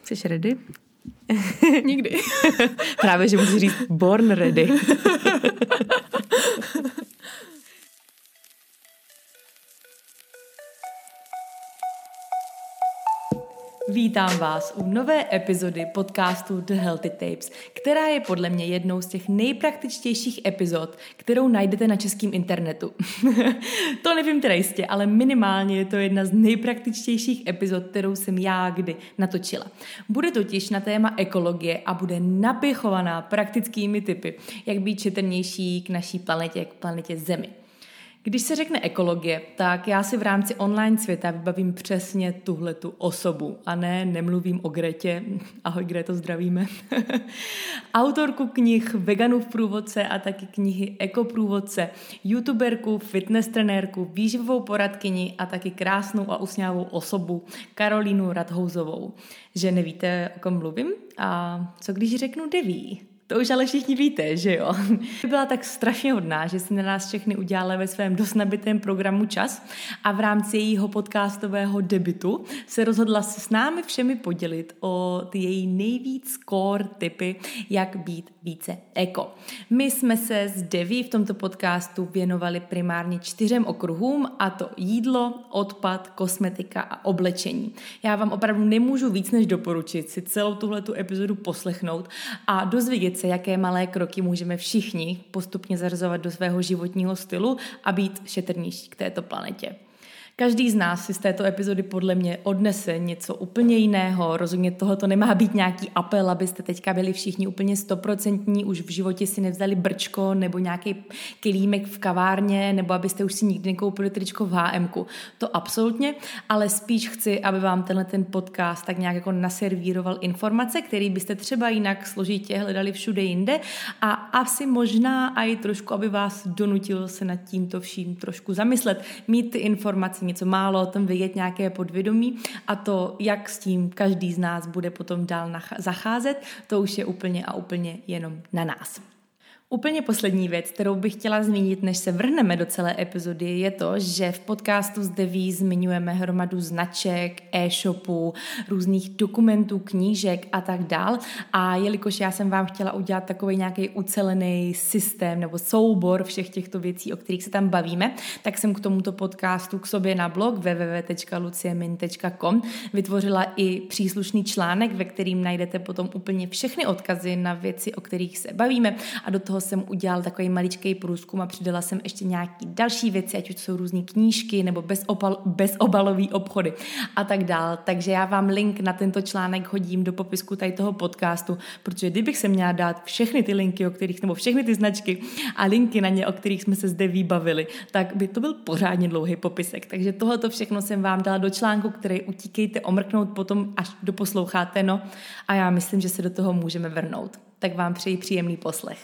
Jsi ready? Nikdy. Právě, že musíš říct born ready. Vítám vás u nové epizody podcastu The Healthy Tapes, která je podle mě jednou z těch nejpraktičtějších epizod, kterou najdete na českém internetu. To nevím teda jistě, ale minimálně je to jedna z nejpraktičtějších epizod, kterou jsem já kdy natočila. Bude totiž na téma ekologie a bude napěchovaná praktickými tipy, jak být šetrnější k naší planetě, k planetě Zemi. Když se řekne ekologie, tak já si v rámci online světa vybavím přesně tuhletu osobu. A nemluvím o Gretě. Ahoj Greto, zdravíme. Autorku knih Veganův průvodce a taky knihy Ekoprůvodce, youtuberku, fitness trenérku, výživovou poradkyni a taky krásnou a usměvavou osobu Karolínu Radhouzovou. Že nevíte, o kom mluvím? A co když řeknu Deví? To už ale všichni víte, že jo? Byla tak strašně hodná, že si na nás všechny udělala ve svém dost nabitém programu čas a v rámci jejího podcastového debutu se rozhodla se s námi všemi podělit o ty její nejvíc core tipy, jak být více eko. My jsme se s Deví v tomto podcastu věnovali primárně 4 okruhům, a to jídlo, odpad, kosmetika a oblečení. Já vám opravdu nemůžu víc než doporučit si celou tuhletu epizodu poslechnout a dozvědět se, jaké malé kroky můžeme všichni postupně zařazovat do svého životního stylu a být šetrnější k této planetě. Každý z nás si z této epizody podle mě odnese něco úplně jiného. Rozhodně tohoto nemá být nějaký apel, abyste teďka byli všichni úplně 100%, už v životě si nevzali brčko nebo nějaký kilímek v kavárně, nebo abyste už si nikdy nekoupili tričko v H&Mku. To absolutně, ale spíš chci, aby vám ten podcast tak nějak jako naservíroval informace, které byste třeba jinak složitě hledali všude jinde, a asi možná i trošku, aby vás donutil se nad tímto vším trošku zamyslet, mít ty informace něco málo, o tom vědět nějaké podvědomí, a to, jak s tím každý z nás bude potom dál zacházet, to už je úplně a úplně jenom na nás. Úplně poslední věc, kterou bych chtěla zmínit, než se vrhneme do celé epizody, je to, že v podcastu s Deví zmiňujeme hromadu značek, e-shopů, různých dokumentů, knížek a tak dál. A jelikož já jsem vám chtěla udělat takový nějaký ucelený systém nebo soubor všech těchto věcí, o kterých se tam bavíme, tak jsem k tomuto podcastu k sobě na blog www.luciemin.com vytvořila i příslušný článek, ve kterým najdete potom úplně všechny odkazy na věci, o kterých se bavíme, a do toho jsem udělala takový maličký průzkum a přidala jsem ještě nějaký další věci, ať už jsou různý knížky nebo bezobalový obchody a tak dál. Takže já vám link na tento článek hodím do popisku tady toho podcastu, protože kdybych se měla dát všechny ty linky, o kterých, nebo všechny ty značky a linky na ně, o kterých jsme se zde vybavili, tak by to byl pořádně dlouhý popisek. Takže tohleto všechno jsem vám dala do článku, který utíkejte omrknout potom, až doposloucháte, no, a já myslím, že se do toho můžeme vrhnout. Tak vám přeji příjemný poslech.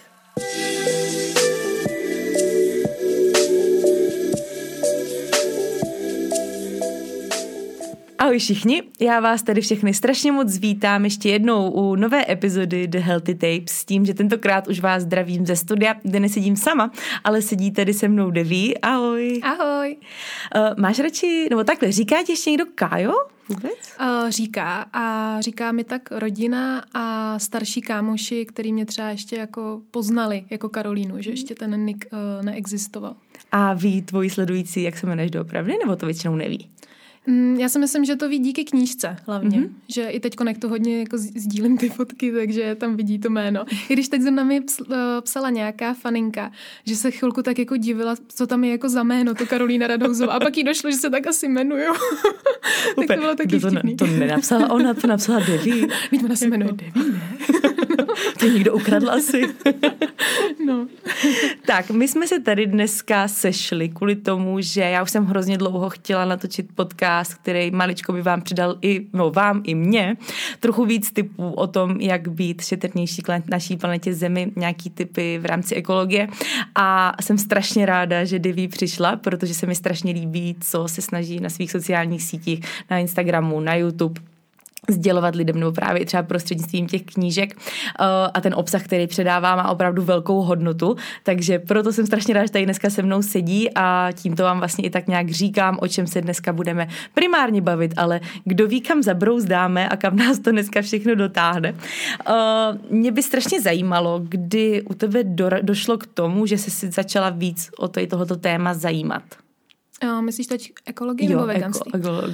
Ahoj všichni, já vás tady všechny strašně moc vítám ještě jednou u nové epizody The Healthy Tapes s tím, že tentokrát už vás zdravím ze studia, kde nesedím sama, ale sedí tady se mnou Deví. Ahoj. Ahoj. Máš radši, nebo takhle, říká ti ještě někdo Kájo? Vůbec? Říká, a říká mi tak rodina a starší kámoši, který mě třeba ještě jako poznali jako Karolínu, že ještě ten nick neexistoval. A ví tvoji sledující, jak se jmenuješ doopravdy, nebo to většinou neví? Já si myslím, že to ví díky knížce hlavně, že i teď konektu hodně jako sdílím ty fotky, takže tam vidí to jméno. I když teď zrovna mi psala nějaká faninka, že se chvilku tak jako divila, co tam je jako za jméno, to Karolína Radhouzová, a pak jí došlo, že se tak asi jmenuju. Tak to bylo taky vtipný. To nenapsala ona, to napsala Deví. Víte, ona se jmenuje Deví, ne? To někdo ukradl asi. No. Tak, my jsme se tady dneska sešli kvůli tomu, že já už jsem hrozně dlouho chtěla natočit podcast, který maličko by vám přidal vám i mně trochu víc tipů o tom, jak být šetrnější k naší planetě Zemi, nějaký tipy v rámci ekologie, a jsem strašně ráda, že Deví přišla, protože se mi strašně líbí, co se snaží na svých sociálních sítích, na Instagramu, na YouTube, sdělovat lidem, nebo právě třeba prostřednictvím těch knížek a ten obsah, který předává, má opravdu velkou hodnotu, takže proto jsem strašně ráda, že tady dneska se mnou sedí a tímto vám vlastně i tak nějak říkám, o čem se dneska budeme primárně bavit, ale kdo ví, kam zabrouzdáme a kam nás to dneska všechno dotáhne. Mě by strašně zajímalo, kdy u tebe došlo k tomu, že jsi si začala víc o tohoto téma zajímat. Myslíš teď ekologii nebo veganství?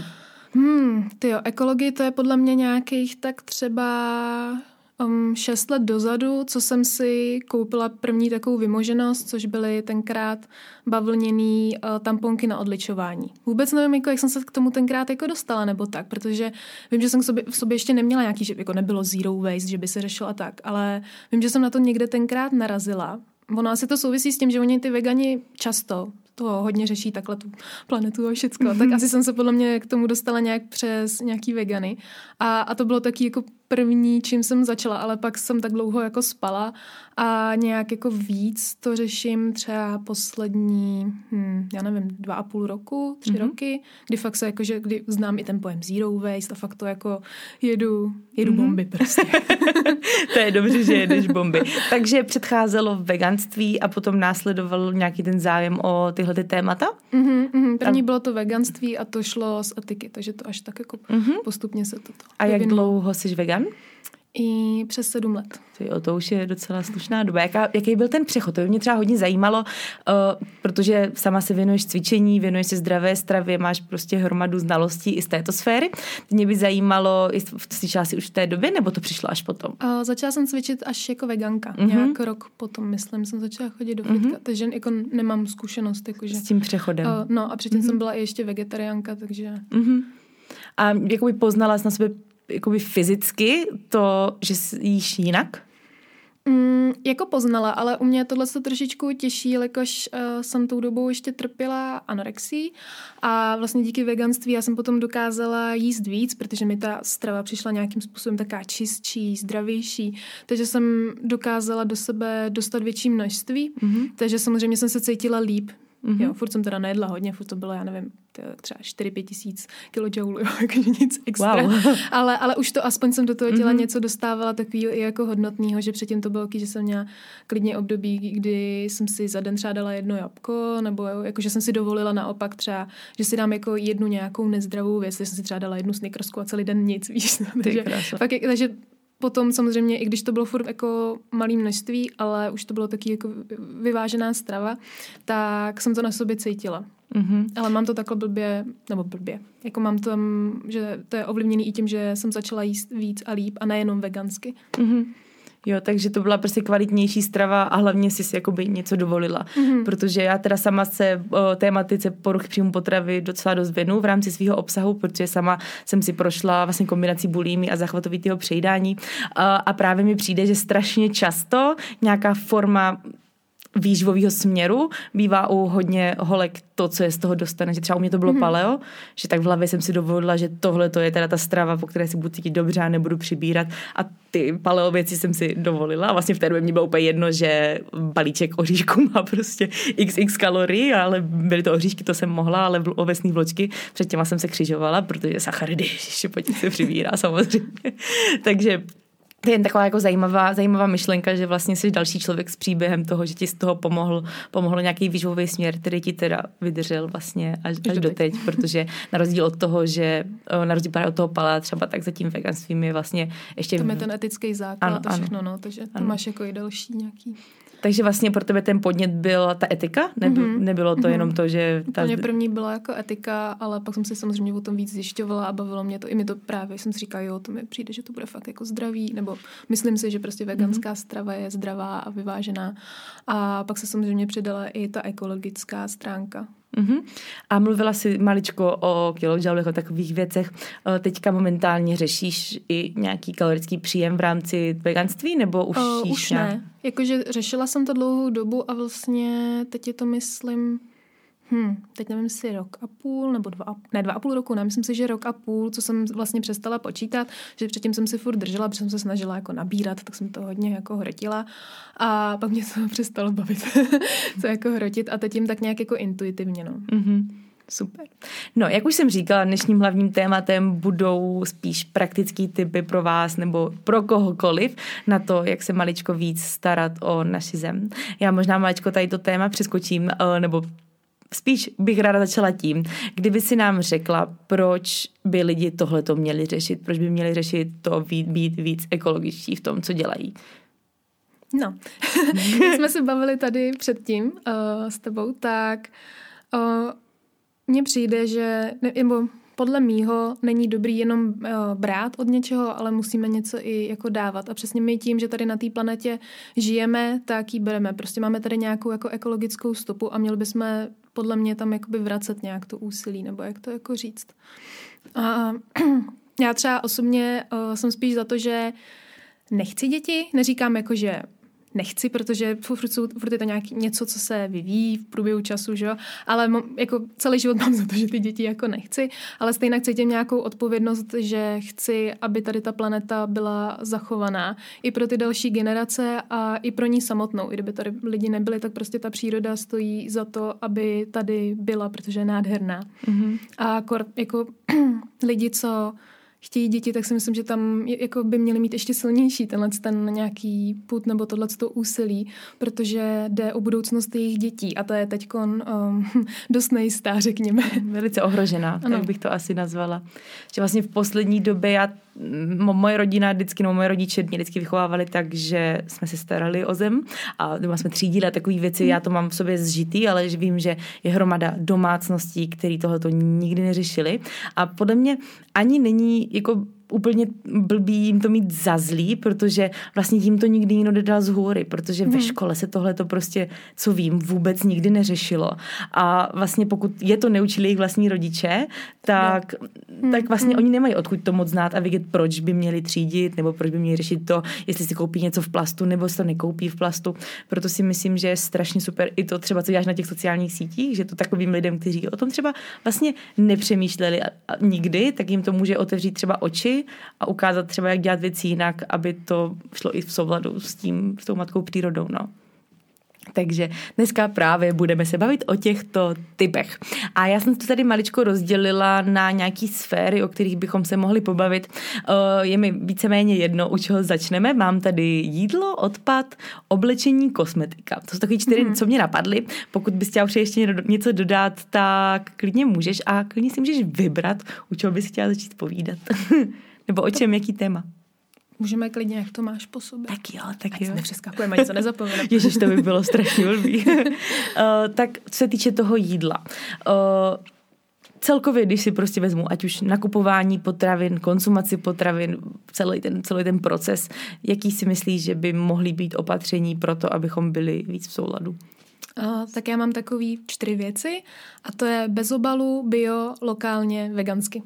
Ekologii to je podle mě nějakých tak třeba 6 let dozadu, co jsem si koupila první takovou vymoženost, což byly tenkrát bavlněný tamponky na odličování. Vůbec nevím, jak jsem se k tomu tenkrát dostala nebo tak, protože vím, že jsem v sobě ještě neměla nějaký, že nebylo zero waste, že by se řešilo a tak, ale vím, že jsem na to někde tenkrát narazila. Ono asi to souvisí s tím, že oni ty vegani často toho hodně řeší takhle tu planetu a všecko. Mm-hmm. Tak asi jsem se podle mě k tomu dostala nějak přes nějaký vegany. A to bylo taky jako první, čím jsem začala, ale pak jsem tak dlouho spala a nějak víc to řeším třeba poslední, 2,5 roku, 3 roky, kdy fakt se kdy znám i ten pojem zero waste a fakt to jedu bomby prostě. To je dobře, že jedeš bomby. Takže předcházelo veganství a potom následoval nějaký ten zájem o tyhle témata? První bylo to veganství a to šlo z etiky, takže to až tak postupně se toto. A jak dlouho jsi vegan? I přes 7 let. To už je docela slušná doba. Jaký byl ten přechod? To by mě třeba hodně zajímalo, protože sama se věnuješ cvičení, věnuješ se zdravé stravě, máš prostě hromadu znalostí i z této sféry. Mě by zajímalo, cvičila jsi už v té době, nebo to přišlo až potom? Začala jsem cvičit až jako veganka. Nějak rok potom, myslím, jsem začala chodit do fitka, takže nemám zkušenost. S tím přechodem. A předtím jsem byla i ještě vegetariánka, takže... A jakoby poznala jsi na sebe jakoby fyzicky to, že jíš jinak? Jako poznala, ale u mě tohle se trošičku těší, jelikož jsem tou dobou ještě trpěla anorexii a vlastně díky veganství já jsem potom dokázala jíst víc, protože mi ta strava přišla nějakým způsobem taká čistší, zdravější, takže jsem dokázala do sebe dostat větší množství, takže samozřejmě jsem se cítila líp. Jo, furt jsem teda nejedla hodně, furt to bylo, já nevím, třeba 4-5 tisíc kilojoulů, jakože nic extra. Wow. Ale už to aspoň jsem do toho těla něco dostávala takového i jako hodnotného, že předtím to bylo, že jsem měla klidně období, kdy jsem si za den třeba dala 1 jabko, nebo jako, že jsem si dovolila naopak třeba, že si dám jako jednu nějakou nezdravou věc, že jsem si třeba dala 1 snickersku a celý den nic, víš. Takže potom samozřejmě, i když to bylo furt jako malé množství, ale už to bylo taky jako vyvážená strava, tak jsem to na sobě cítila. Ale mám to takhle blbě. Jako mám tam, že to je ovlivněný i tím, že jsem začala jíst víc a líp a nejenom vegansky. Jo, takže to byla prostě kvalitnější strava a hlavně si jakoby něco dovolila. Protože já teda sama se o tématice poruch příjmu potravy docela dost věnu v rámci svého obsahu, protože sama jsem si prošla vlastně kombinací bulími a zachvatovitého přejídání a právě mi přijde, že strašně často nějaká forma výživového směru bývá u hodně holek to, co je z toho dostane. Že třeba u mě to bylo paleo, že tak v hlavě jsem si dovolila, že tohle to je teda ta strava, po které si budu cítit dobře a nebudu přibírat. A ty paleo věci jsem si dovolila. A vlastně v té době mě bylo úplně jedno, že balíček oříšků má prostě xx kalorií, ale byly to oříšky, to jsem mohla, ale ovesný vločky před těma jsem se křižovala, protože sacharidy, ještě pojď se přibírá samozřejmě. Takže to je jen taková jako zajímavá myšlenka, že vlastně jsi další člověk s příběhem toho, že ti z toho pomohl nějaký výživový směr, který ti teda vydržel vlastně až doteď, protože na rozdíl od toho, že na rozdíl právě od toho palea třeba, tak za tím veganstvím je vlastně ještě... To je ten etický základ a všechno, no, takže to máš jako i další nějaký... Takže vlastně pro tebe ten podnět byla ta etika? Nebylo to jenom to, že... Úplně první byla jako etika, ale pak jsem si samozřejmě o tom víc zjišťovala a bavilo mě to. I mi to právě, jsem si říkala, jo, to mi přijde, že to bude fakt jako zdravý, nebo myslím si, že prostě veganská strava je zdravá a vyvážená. A pak se samozřejmě přidala i ta ekologická stránka. A mluvila jsi maličko o kilojoulech, o takových věcech. Teďka momentálně řešíš i nějaký kalorický příjem v rámci veganství, nebo už ne. Jakože řešila jsem to dlouhou dobu a vlastně teď je to, myslím, teď nevím, jestli 1,5 roku nebo 2,5 roku, ne, myslím si, že 1,5 roku, co jsem vlastně přestala počítat, že předtím jsem si furt držela, protože jsem se snažila jako nabírat, tak jsem to hodně jako hrotila a pak mě to přestalo bavit, co jako hrotit a teď jim tak nějak jako intuitivně, no. Super. No, jak už jsem říkala, dnešním hlavním tématem budou spíš praktický tipy pro vás nebo pro kohokoliv na to, jak se maličko víc starat o naši zem. Já možná maličko tady to téma přeskočím, nebo spíš bych ráda začala tím, kdyby si nám řekla, proč by lidi tohleto měli řešit, proč by měli řešit to být víc ekologičtí v tom, co dělají. No, když jsme se bavili tady předtím s tebou, tak mně přijde, že nebo podle mýho není dobrý jenom brát od něčeho, ale musíme něco i jako dávat. A přesně my tím, že tady na té planetě žijeme, tak ji bereme. Prostě máme tady nějakou jako ekologickou stopu a měli bychom podle mě tam jakoby vracet nějak to úsilí, nebo jak to jako říct. A já třeba osobně jsem spíš za to, že nechci děti, neříkám jako, že nechci, protože furt je to něco, co se vyvíjí v průběhu času, že jo? Ale jako celý život mám za to, že ty děti jako nechci, ale stejně cítím nějakou odpovědnost, že chci, aby tady ta planeta byla zachovaná i pro ty další generace a i pro ní samotnou. I kdyby tady lidi nebyli, tak prostě ta příroda stojí za to, aby tady byla, protože je nádherná. Mm-hmm. A jako lidi, co chtějí děti, tak si myslím, že tam jako by měli mít ještě silnější ten nějaký put nebo tohleto úsilí, protože jde o budoucnost jejich dětí a to je teďkon dost nejistá, řekněme. Velice ohrožená, tak bych to asi nazvala. Že vlastně v poslední době moje rodina moje rodiče mě vždycky vychovávali tak, že jsme se starali o zem a doma jsme třídili a takové věci, já to mám v sobě zžitý, ale vím, že je hromada domácností, které tohleto nikdy neřešili a podle mě ani není jako úplně blbý jim to mít za zlý, protože vlastně jim to nikdy nikdo nedal z hůry, protože ve škole se tohleto prostě, co vím, vůbec nikdy neřešilo. A vlastně pokud je to neučili jejich vlastní rodiče, tak vlastně oni nemají odkud to moc znát a vědět, proč by měli třídit, nebo proč by měli řešit to, jestli si koupí něco v plastu, nebo si to nekoupí v plastu. Proto si myslím, že je strašně super i to třeba, co děláš na těch sociálních sítích, že to takovým lidem, kteří o tom třeba vlastně nepřemýšleli nikdy, tak jim to může otevřít třeba oči a ukázat třeba, jak dělat věci jinak, aby to šlo i v souladu s tou matkou přírodou, no. Takže dneska právě budeme se bavit o těchto typech. A já jsem to tady maličko rozdělila na nějaký sféry, o kterých bychom se mohli pobavit. Je mi víceméně jedno, u čeho začneme. Mám tady jídlo, odpad, oblečení, kosmetika. To jsou takový 4, co mě napadly. Pokud bys chtěla ještě něco dodat, tak klidně můžeš a klidně si můžeš vybrat, u čeho bys chtěla začít povídat. Nebo o čem, jaký téma. Můžeme klidně, jak to máš po sobě. Tak jo. Ať se nepřeskakujeme, ať se nezapomeneme. Ježiš, to by bylo strašně blbý. Tak co se týče toho jídla. Celkově, když si prostě vezmu, ať už nakupování potravin, konzumaci potravin, celý ten proces, jaký si myslíš, že by mohly být opatření pro to, abychom byli víc v souladu? Tak já mám takový 4 věci a to je bez obalu, bio, lokálně, vegansky.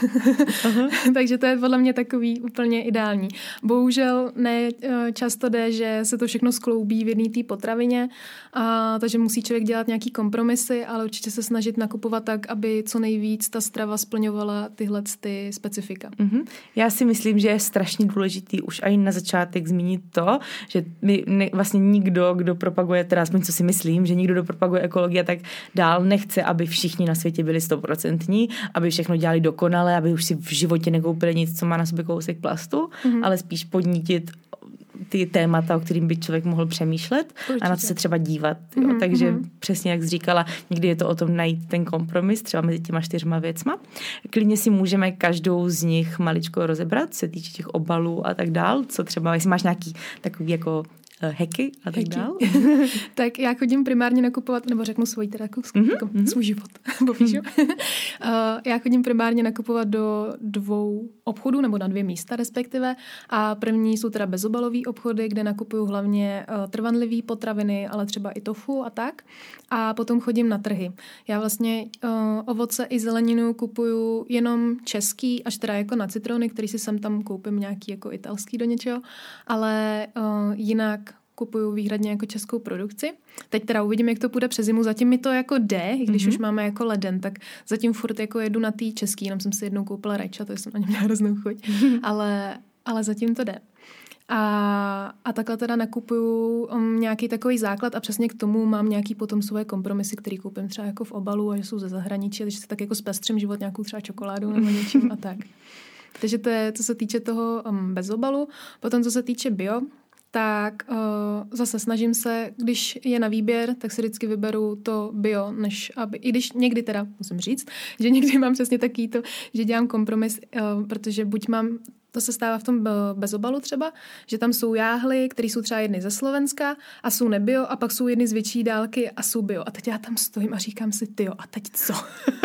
Takže to je podle mě takový úplně ideální. Bohužel ne často jde, že se to všechno skloubí v jedné té potravině, takže musí člověk dělat nějaký kompromisy, ale určitě se snažit nakupovat tak, aby co nejvíc ta strava splňovala tyhle ty specifika. Já si myslím, že je strašně důležitý už i na začátek zmínit to, že vlastně nikdo, kdo propaguje, teda aspoň co si myslím, že nikdo, kdo propaguje ekologii, tak dál nechce, aby všichni na světě byli 100%, aby všechno dělali dokonale, aby už si v životě nekoupili nic, co má na sobě kousek plastu, ale spíš podnítit ty témata, o kterým by člověk mohl přemýšlet. Určitě. A na to se třeba dívat. Jo. Takže přesně jak jsi říkala, někdy je to o tom najít ten kompromis, třeba mezi těma 4 věcma. Klidně si můžeme každou z nich maličko rozebrat, se týče těch obalů a tak dál, co třeba, jestli máš nějaký takový jako hacky a tak dál. Tak já chodím primárně nakupovat, nebo řeknu svůj svůj život, popíšu. Já chodím primárně nakupovat do 2 obchodů, nebo na 2 místa respektive. A první jsou teda bezobalový obchody, kde nakupuju hlavně trvanlivý potraviny, ale třeba i tofu a tak. A potom chodím na trhy. Já vlastně ovoce i zeleninu kupuju jenom český, až teda jako na citrony, který si sem tam koupím nějaký jako italský do něčeho, ale jinak kupuju výhradně jako českou produkci. Teď teda uvidím, jak to půjde přes zimu. Zatím mi to jako jde, i když už máme jako leden, tak zatím furt jako jedu na tý český, jenom jsem si jednou koupila rajča, to jsem na ně měla hroznou chuť, ale zatím to jde. A takhle teda nakupuju nějaký takový základ a přesně k tomu mám nějaký potom svoje kompromisy, který koupím třeba jako v obalu a že jsou ze zahraničí, takže si tak jako zpestřím život nějakou třeba čokoládu nebo něčím a tak. Takže to je, co se týče toho bez obalu. Potom, co se týče bio, tak zase snažím se, když je na výběr, tak si vždycky vyberu to bio, než aby, i když někdy teda, musím říct, že někdy mám přesně taky to, že dělám kompromis, protože buď mám, to se stává v tom bezobalu třeba, že tam jsou jáhly, které jsou třeba jedny ze Slovenska a jsou nebio a pak jsou jedny z větší dálky a jsou bio. A teď já tam stojím a říkám si, tyjo, a teď co?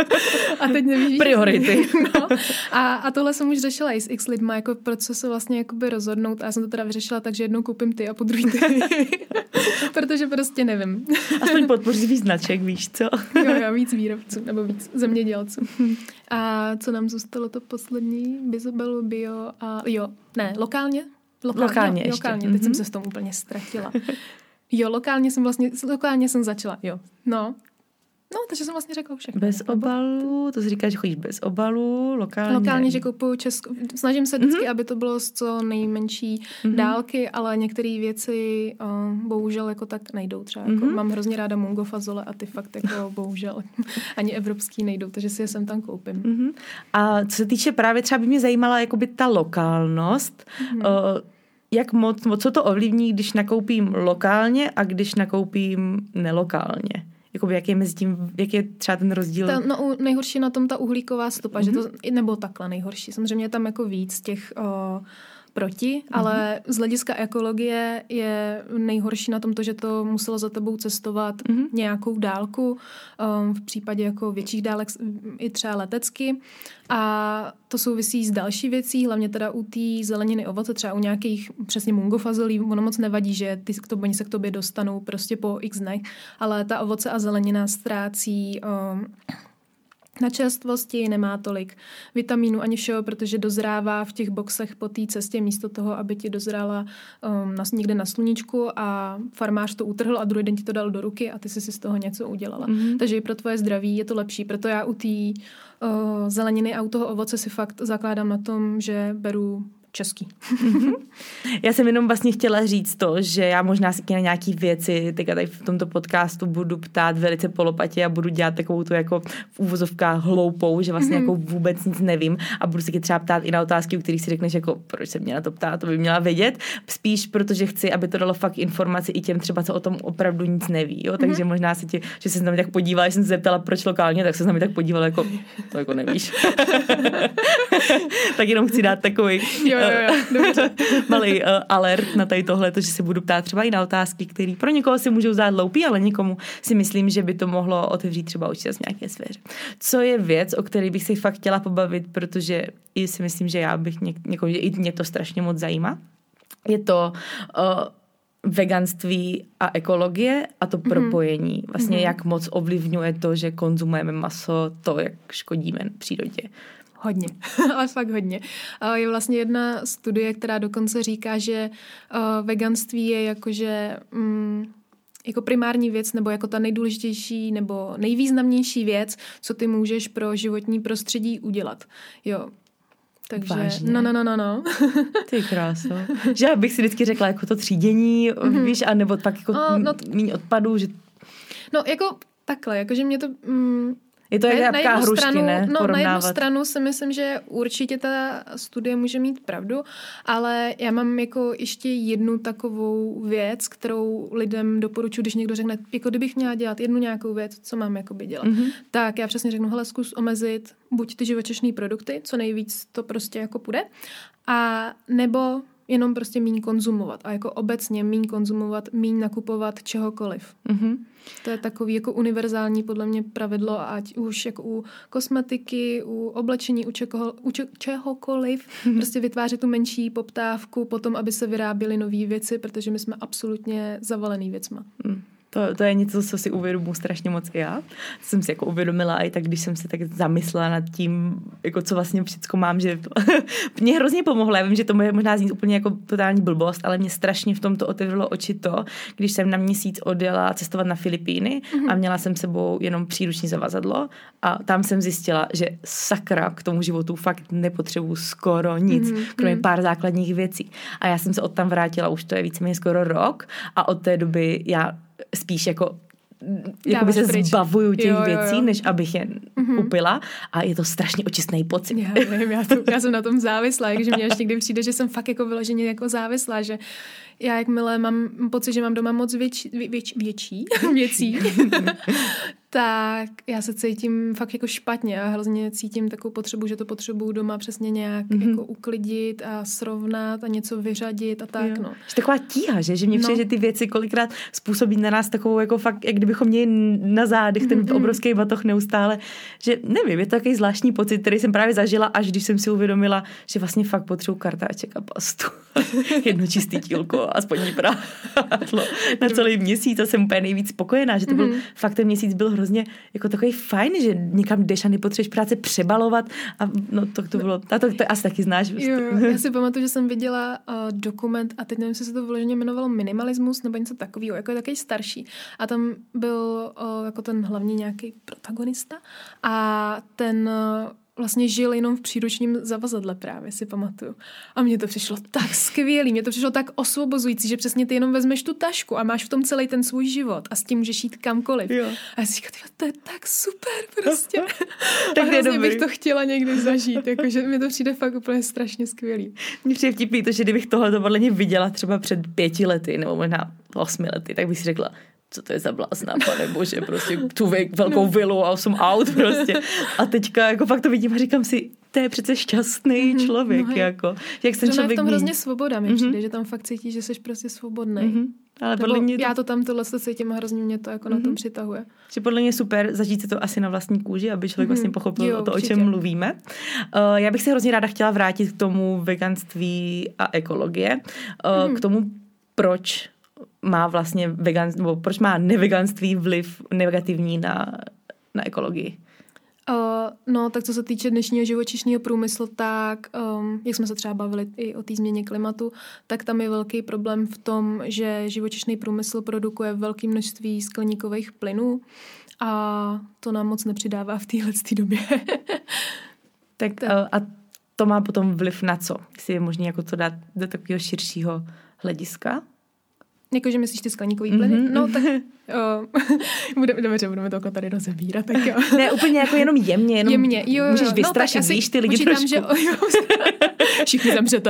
A teď nevíš. Priority. No. A tohle jsem už řešila i s x lidma, jako pro co se vlastně jakoby rozhodnout. A já jsem to teda vyřešila tak, že jednou koupím ty a po druhý ty. Protože prostě nevím. Aspoň podpoří víc značek, víš co? Jo, víc výrobců nebo víc zemědělců. A co nám zůstalo to poslední? Bezobalu, bio a lokálně. Lokálně Teď jsem se v tom úplně ztratila. Jo, lokálně jsem začala, jo. No, takže jsem vlastně řekla všechno. Bez obalu, to si říká, že chodíš bez obalu, lokálně. Lokálně, že kupuju snažím se vždycky, aby to bylo z co nejmenší dálky, ale některé věci bohužel jako tak nejdou třeba. Jako, mám hrozně ráda mungo fazole a ty fakt jako bohužel ani evropský nejdou, takže si je sem tam koupím. A co se týče právě třeba by mě zajímala jakoby ta lokálnost, jak moc, co to ovlivní, když nakoupím lokálně a když nakoupím nelokálně? Jakoby jak je třeba ten rozdíl? Nejhorší na tom ta uhlíková stopa, že to, nebo takhle nejhorší. Samozřejmě je tam jako víc těch proti, ale z hlediska ekologie je nejhorší na tom to, že to muselo za tebou cestovat nějakou dálku, v případě jako větších dálek i třeba letecky. A to souvisí s další věcí, hlavně teda u té zeleniny, ovoce, třeba u nějakých přesně mungofazolí, ono moc nevadí, že oni se k tobě dostanou prostě po x dnech, ale ta ovoce a zelenina ztrácí na čerstvosti, nemá tolik vitamínu ani všeho, protože dozrává v těch boxech po té cestě místo toho, aby ti dozrála někde na sluníčku a farmář to utrhl a druhý den ti to dal do ruky a ty si z toho něco udělala. Takže i pro tvoje zdraví je to lepší. Proto já u té zeleniny a u toho ovoce si fakt zakládám na tom, že beru český. Já jsem jenom vlastně chtěla říct to, že já možná si na nějaký věci teďka tady v tomto podcastu budu ptát velice polopatě a budu dělat takovou tu jako v úvozovkách hloupou, že vlastně jako vůbec nic nevím a budu si třeba ptát i na otázky, u kterých si řekneš jako proč se mě na to ptát, to by měla vědět. Spíš protože chci, aby to dalo fakt informaci i těm třeba, co o tom opravdu nic neví. Jo? Takže možná že se na mě tak podívala, že jsem se zeptala, proč lokálně, tak se na mě tak podívala jako to jako nevíš. Tak jenom chci dát takový malý alert na tady tohle, že se budu ptát třeba i na otázky, které pro někoho si můžou zdát hloupý, ale někomu si myslím, že by to mohlo otevřít třeba oči z nějaké sféře. Co je věc, o které bych se fakt chtěla pobavit, protože i si myslím, že já bych i mě to strašně moc zajímá. Je to veganství a ekologie a to propojení. Vlastně jak moc ovlivňuje to, že konzumujeme maso, to, jak škodíme přírodě. Hodně, ale fakt hodně. Je vlastně jedna studie, která dokonce říká, že veganství je jakože jako primární věc nebo jako ta nejdůležitější nebo nejvýznamnější věc, co ty můžeš pro životní prostředí udělat. Jo. Takže, vážně? No. Ty kráso. Že já bych si vždycky řekla jako to třídění, víš, anebo tak jako míň odpadů, že... No, jako takhle, jakože mě to... Je to jaká hrušky, stranu, ne? Na jednu stranu si myslím, že určitě ta studie může mít pravdu, ale já mám jako ještě jednu takovou věc, kterou lidem doporučuji, když někdo řekne, jako kdybych měla dělat jednu nějakou věc, co mám jakoby dělat. Tak já přesně řeknu, hele, zkus omezit buď ty živočišné produkty, co nejvíc to prostě jako půjde, a nebo jenom prostě míň konzumovat a jako obecně míň konzumovat, míň nakupovat čehokoliv. To je takový jako univerzální podle mě pravidlo, ať už jako u kosmetiky, u oblečení, u čehokoliv, prostě vytvářet tu menší poptávku potom, aby se vyráběly nové věci, protože my jsme absolutně zavalený věcma. To je něco, co si uvědomuji strašně moc i já. Jsem si jako uvědomila i tak, když jsem se tak zamyslela nad tím, jako co vlastně všecko mám, že mě hrozně pomohlo. Já vím, že to možná znít úplně jako totální blbost, ale mě strašně v tomto otevřelo oči to, když jsem na měsíc odjela cestovat na Filipíny a měla jsem sebou jenom příruční zavazadlo a tam jsem zjistila, že sakra k tomu životu fakt nepotřebuju skoro nic, kromě pár základních věcí. A já jsem se odtam vrátila, už to je víceméně skoro rok a od té doby já spíš jako by se zbavuju těch věcí, než abych je upila a je to strašně očistný pocit. Já nevím, já jsem na tom závislá, takže mě až někdy přijde, že jsem fakt jako vyloženě jako závislá, že já jakmile mám pocit, že mám doma moc větší věcí, tak já se cítím fakt jako špatně a hrozně cítím takovou potřebu, že to potřebuju doma přesně nějak jako uklidit a srovnat a něco vyřadit a tak, no. Že taková tíha, že mě přijde, že ty věci kolikrát způsobí na nás takovou jako fakt, jak kdybychom měli na zádech ten obrovský batoh neustále, že nevím, je to takový zvláštní pocit, který jsem právě zažila, až když jsem si uvědomila, že vlastně fakt potřebuji kartáček a pastu. Jedno čistý tílko a spodní prádlo na celý měsíc a jsem úplně nejvíc spokojená, že to byl fakt ten měsíc byl hrozně jako takový fajn, že někam jdeš a nepotřebuješ práce přebalovat a no to bylo, a to asi taky znáš. Jo. Já si pamatuju, že jsem viděla dokument a teď nevím, jestli se to vyloženě jmenovalo Minimalismus nebo něco takového, jako je takový starší a tam byl jako ten hlavní nějaký protagonista a ten vlastně žil jenom v příručním zavazadle právě, si pamatuju. A mně to přišlo tak skvělý, mně to přišlo tak osvobozující, že přesně ty jenom vezmeš tu tašku a máš v tom celý ten svůj život a s tím můžeš jít kamkoliv. Jo. A já si říkám, to je tak super prostě. Tak a hrozně bych to chtěla někdy zažít, jakože mi to přijde fakt úplně strašně skvělý. Mně přijde vtipný to, že kdybych tohle podle mě viděla třeba před 5 lety nebo možná 8 lety, tak bych si řekla, co to je za blázna, pane bože, prostě tu velkou vilu a jsem out prostě. A teďka jako fakt to vidím a říkám si, to je přece šťastný člověk, jako. Jak ten člověk je v tom hrozně svoboda, mi přijde, že tam fakt cítíš, že jsi prostě svobodný. Ale podle mě já to tam tohle cítím a hrozně mě to jako na tom přitahuje. Že podle mě super zažít si to asi na vlastní kůži, aby člověk vlastně pochopil to, o čem mluvíme. Já bych se hrozně ráda chtěla vrátit k tomu veganství a ekologie. K tomu, proč má vlastně nebo proč má neveganství vliv negativní na ekologii? No, tak co se týče dnešního živočišného průmyslu, tak jak jsme se třeba bavili i o té změně klimatu, tak tam je velký problém v tom, že živočišný průmysl produkuje velké množství skleníkových plynů a to nám moc nepřidává v téhleté době. Tak a to má potom vliv na co? Jestli je možné jako to dát do takového širšího hlediska? Jakože myslíš ty skleníkový plyny? No tak budeme to tady rozebírat, tak jo. Ne, úplně jako jenom jemně. Jo. Můžeš vystrašit, no, víš, ty lidi počítám, trošku. Že všichni zemřete.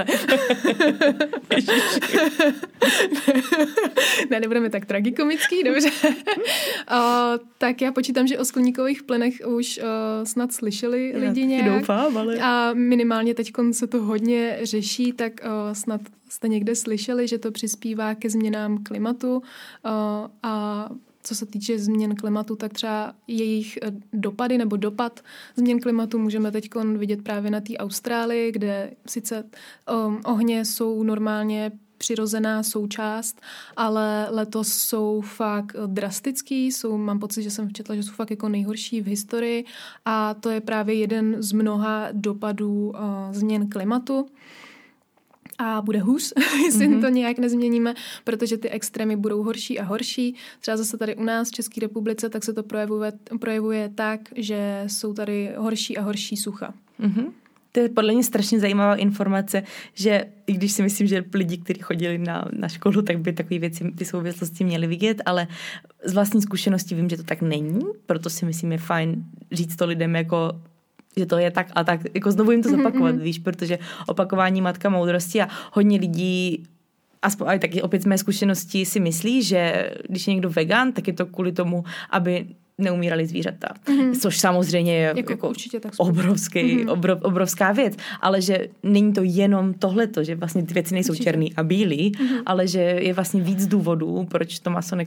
Ne, nebudeme tak tragikomický, dobře. Tak já počítám, že o skleníkových plynech už snad slyšeli lidi nějak. Doufám, ale... A minimálně teď se to hodně řeší, tak snad jste někde slyšeli, že to přispívá ke změnám klimatu a co se týče změn klimatu, tak třeba jejich dopady nebo dopad změn klimatu můžeme teď vidět právě na té Austrálii, kde sice ohně jsou normálně přirozená součást, ale letos jsou fakt drastický, mám pocit, že jsem četla, že jsou fakt jako nejhorší v historii a to je právě jeden z mnoha dopadů změn klimatu. A bude hůř, jestli to nějak nezměníme, protože ty extrémy budou horší a horší. Třeba zase tady u nás v České republice tak se to projevuje tak, že jsou tady horší a horší sucha. To je podle mě strašně zajímavá informace, že i když si myslím, že lidi, kteří chodili na školu, tak by takové věci, ty souvislosti měli vidět, ale z vlastní zkušenosti vím, že to tak není, proto si myslím, je fajn říct to lidem jako že to je tak a tak, jako znovu jim to zopakovat, víš, protože opakování matka moudrosti a hodně lidí, aspoň aj taky opět z mé zkušenosti si myslí, že když je někdo vegan, tak je to kvůli tomu, aby neumírali zvířata. Což samozřejmě je jako obrovská věc, ale že není to jenom tohleto, že vlastně ty věci nejsou černý a bílý, ale že je vlastně víc důvodů, proč to maso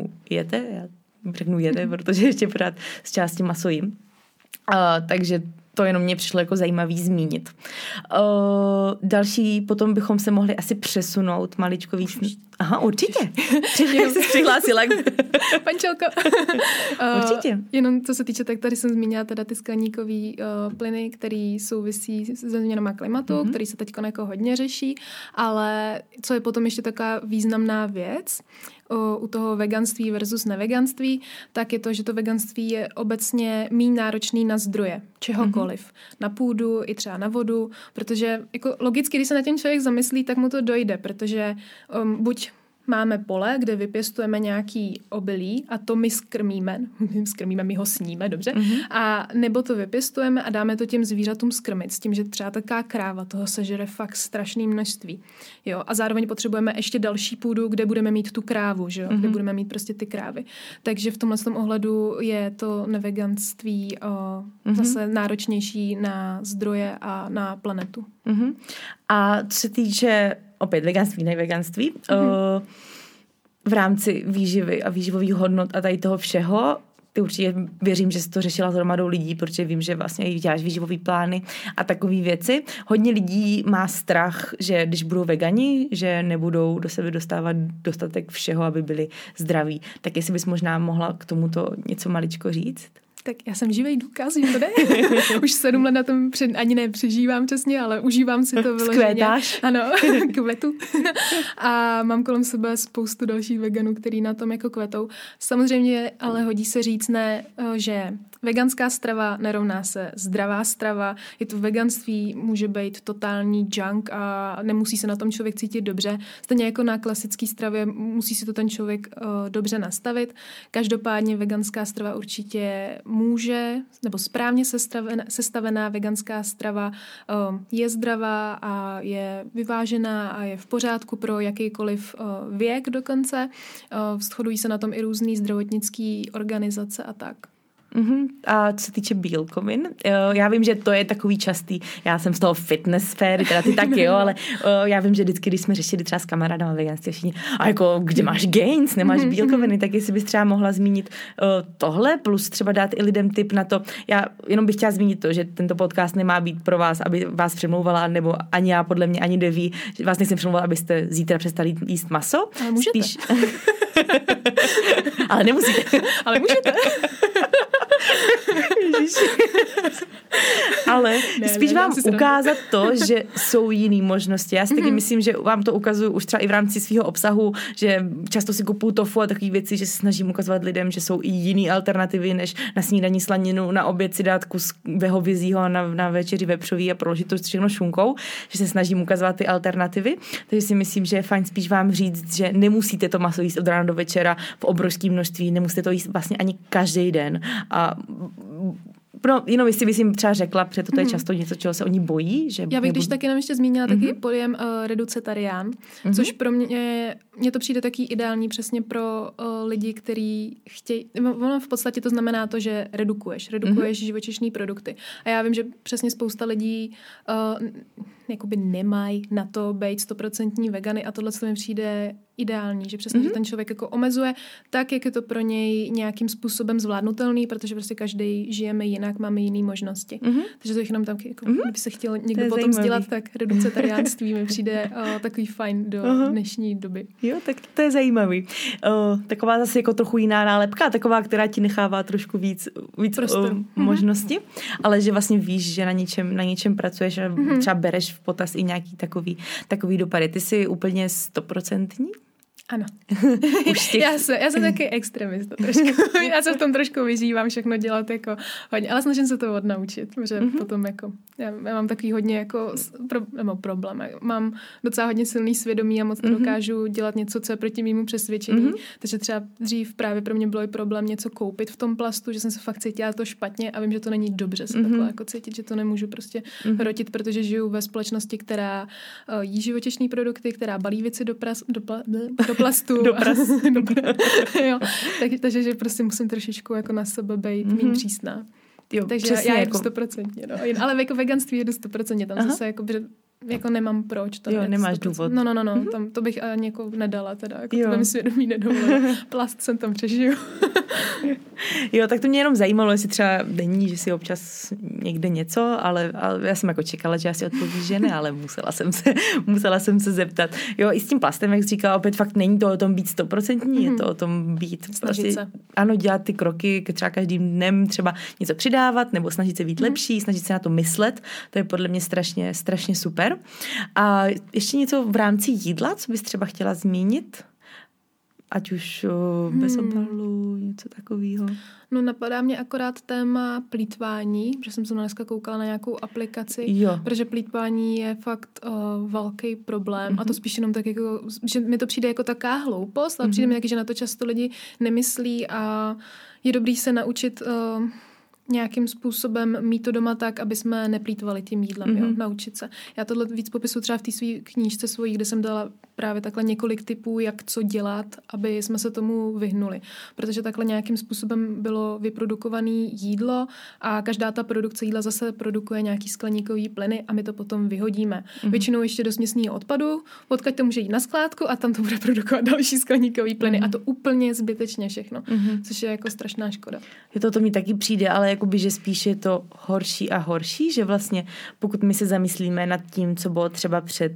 nekonzumujete. Já řeknu jede, protože ještě pořád z části maso jim. Takže to jenom mě přišlo jako zajímavý zmínit. Další, potom bychom se mohli asi přesunout maličko víc. Aha, určitě. Jak jsi přihlásila? Pančelko. Určitě. Jenom co se týče, tak tady jsem zmínila teda ty skleníkový plyny, který souvisí se změnama klimatu, který se teď jako hodně řeší, ale co je potom ještě taková významná věc u toho veganství versus neveganství, tak je to, že to veganství je obecně méně náročný na zdroje, čehokoliv. Na půdu i třeba na vodu, protože jako logicky, když se na tím člověk zamyslí, tak mu to dojde, protože buď máme pole, kde vypěstujeme nějaký obilí a to my skrmíme, my ho sníme, dobře, a nebo to vypěstujeme a dáme to těm zvířatům skrmit, s tím, že třeba taká kráva toho sežere fakt strašné množství. Jo? A zároveň potřebujeme ještě další půdu, kde budeme mít tu krávu, že jo? Kde budeme mít prostě ty krávy. Takže v tomhle ohledu je to neveganství zase náročnější na zdroje a na planetu. A co se týče opět veganství, neveganství, v rámci výživy a výživových hodnot a tady toho všeho, ty určitě věřím, že jsi to řešila s hromadou lidí, protože vím, že vlastně i děláš výživový plány a takové věci. Hodně lidí má strach, že když budou vegani, že nebudou do sebe dostávat dostatek všeho, aby byli zdraví. Tak jestli bys možná mohla k tomuto něco maličko říct? Tak já jsem živej důkaz, že to jde. Už 7 let na tom ani nepřežívám přesně, ale užívám si to vyloženě. Skvétáš? Ano, kvetu. A mám kolem sebe spoustu dalších veganů, který na tom jako kvetou. Samozřejmě ale hodí se říct že veganská strava nerovná se zdravá strava. Je to veganství, může být totální junk a nemusí se na tom člověk cítit dobře. Stejně jako na klasické stravě musí si to ten člověk dobře nastavit. Každopádně veganská strava určitě může, nebo správně sestavená veganská strava je zdravá a je vyvážená a je v pořádku pro jakýkoliv věk dokonce. Shodují se na tom i různý zdravotnické organizace a tak. A co se týče bílkovin, já vím, že to je takový častý, já jsem z toho fitness sféry, teda ty taky, jo, ale já vím, že vždycky, když jsme řešili třeba s kamarádama veganství, všichni, a jako, kde máš gains, nemáš bílkoviny, tak jestli bys třeba mohla zmínit tohle, plus třeba dát i lidem tip na to. Já jenom bych chtěla zmínit to, že tento podcast nemá být pro vás, aby vás přemlouvala, nebo ani já, podle mě, ani Deví, vás nechcem přemlouvat, abyste zítra přestali jíst maso. Ale můžete. Spíš... ale nemusíte. Ale můžete. Ale spíš vám ukázat to, že jsou jiný možnosti. Já si taky myslím, že vám to ukazuju už třeba i v rámci svého obsahu, že často si kupuju tofu a takové věci, že se snažím ukazovat lidem, že jsou i jiný alternativy, než na snídani slaninu, na oběd si dát kus hovězího a na večeři vepřový a proložit to všechno šunkou, že se snažím ukazovat ty alternativy. Takže si myslím, že je fajn spíš vám říct, že nemusíte to maso jíst od rána do večera v obrovském množství, nemusíte to jíst vlastně ani každý den. A jenom jestli bys jim třeba řekla, protože to je často něco, čeho se oni bojí. Že já bych když taky nám ještě zmínila taky pojem reducetarián, což pro mě to přijde taky ideální přesně pro lidi, kteří chtějí, ono v podstatě to znamená to, že redukuješ živočišní produkty. A já vím, že přesně spousta lidí jakoby nemají na to být 100% vegany a tohle mi přijde ideální, že přesně, že ten člověk jako omezuje tak, jak je to pro něj nějakým způsobem zvládnutelný, protože prostě každý žijeme jinak, máme jiné možnosti. Takže to jenom tam, jako, kdyby se chtěl někdo potom sdělat, tak reducetariánství mi přijde takový fajn do dnešní doby. Jo, tak to je zajímavý. Taková zase jako trochu jiná nálepka, taková, která ti nechává trošku víc možnosti, ale že vlastně víš, že na něčem pracuješ a třeba bereš v potaz i nějaký takový dopady. Ty jsi úplně 100%? Ano. Já jsem taky extremista trošku. Já se v tom trošku vyžívám všechno dělat jako hodně, ale snažím se to odnaučit, protože potom jako já mám takový hodně jako problém. Mám docela hodně silný svědomí a moc dokážu dělat něco, co je proti mému přesvědčení. Takže třeba dřív právě pro mě bylo i problém něco koupit v tom plastu, že jsem se fakt cítila to špatně a vím, že to není dobře se takhle jako cítit, že to nemůžu prostě hrotit, protože žiju ve společnosti, která jí živočišní produkty, která balí věci do plastu. Jo. Takže že prostě musím trošičku jako na sebe být méně přísná. Jo, takže já jedu 100%. No. Ale jako veganství jedu 100%. Tam zase jako jako nemám proč. To nemáš důvod. No, tam to bych ani jako nedala teda, jako to mi svědomí nedovolilo. Plast jsem tam přežiju. Jo, tak to mě jenom zajímalo, jestli třeba není, že si občas někde něco, ale já jsem jako čekala, že asi odpovíš, že ne, ale musela jsem se zeptat. Jo, i s tím plastem, jak jsi říkala, opět fakt není to o tom být 100%, je to o tom být snažit se. Ano, dělat ty kroky, třeba každým dnem třeba něco přidávat, nebo snažit se být lepší, snažit se na to myslet, to je podle mě strašně super. A ještě něco v rámci jídla, co bys třeba chtěla zmínit? Ať už bez obalu, něco takového. No napadá mě akorát téma plýtvání, protože jsem se dneska koukala na nějakou aplikaci, protože plýtvání je fakt velký problém a to spíš jenom tak jako, že mi to přijde jako taká hloupost, ale přijde mi taky, že na to často lidi nemyslí a je dobrý se naučit nějakým způsobem mít to doma tak, aby jsme neplýtvali tím jídlem, jo, naučit se. Já tohle víc popisuju třeba v té své knížce svojí, kde jsem dala právě takhle několik tipů, jak co dělat, aby jsme se tomu vyhnuli. Protože takhle nějakým způsobem bylo vyprodukované jídlo a každá ta produkce jídla zase produkuje nějaký skleníkový plyny a my to potom vyhodíme. Většinou ještě do směsného odpadu, odkud to může jít na skládku a tam to bude produkovat další skleníkový plyny a to úplně zbytečně všechno, což je jako strašná škoda. To mi taky přijde, ale jakoby, že spíš je to horší a horší, že vlastně pokud my se zamyslíme nad tím, co bylo třeba před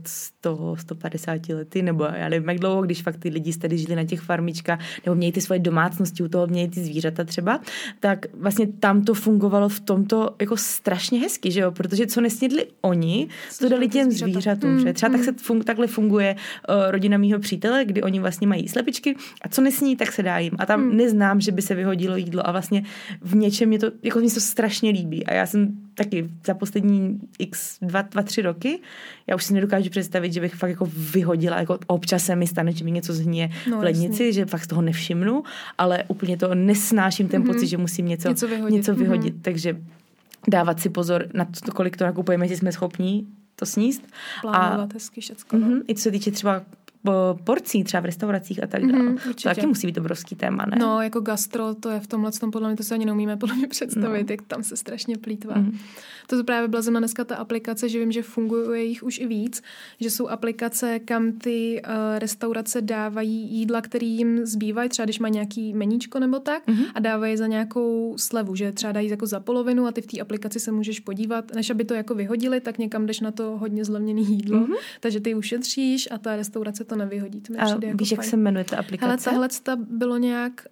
150 lety, nebo já nevím, jak dlouho, když fakt ty lidi tady žili na těch farmičkách, nebo měli ty svoje domácnosti, u toho měli ty zvířata třeba, tak vlastně tam to fungovalo v tomto jako strašně hezky, že jo, protože co nesnědli oni, to dali těm zvířatům. Třeba takhle funguje rodina mýho přítele, kdy oni vlastně mají slepičky a co nesní, tak se dá jim. A tam neznám, že by se vyhodilo jídlo a vlastně v něčem mě to jako mě to strašně líbí. A já jsem taky za poslední 2-3 roky, já už si nedokážu představit, že bych fakt jako vyhodila, jako občas se mi stane, že mi něco zhníje v lednici, že fakt z toho nevšimnu, ale úplně to nesnáším ten pocit, že musím něco vyhodit. Takže dávat si pozor na to, kolik to nakupujeme, jestli jsme schopní to sníst. Plánovat hezky všecko. I co se týče třeba porcí, třeba v restauracích a tak dále. To taky musí být obrovský téma, ne? No, jako gastro, to je v tomhle podle mě, to se ani neumíme podle mě představit, jak tam se strašně plýtvá. To právě byla zrovna dneska ta aplikace, že vím, že funguje jich už i víc, že jsou aplikace, kam ty restaurace dávají jídla, který jim zbývají, třeba když mají nějaký meníčko nebo tak, a dávají za nějakou slevu, že třeba dají jako za polovinu a ty v té aplikaci se můžeš podívat, než aby to jako vyhodili, tak někam jdeš na to hodně zlevněný jídlo, takže ty ušetříš a ta restaurace to nevyhodí. To a víš, jak se jmenuje ta aplikace? Hele, bylo nějak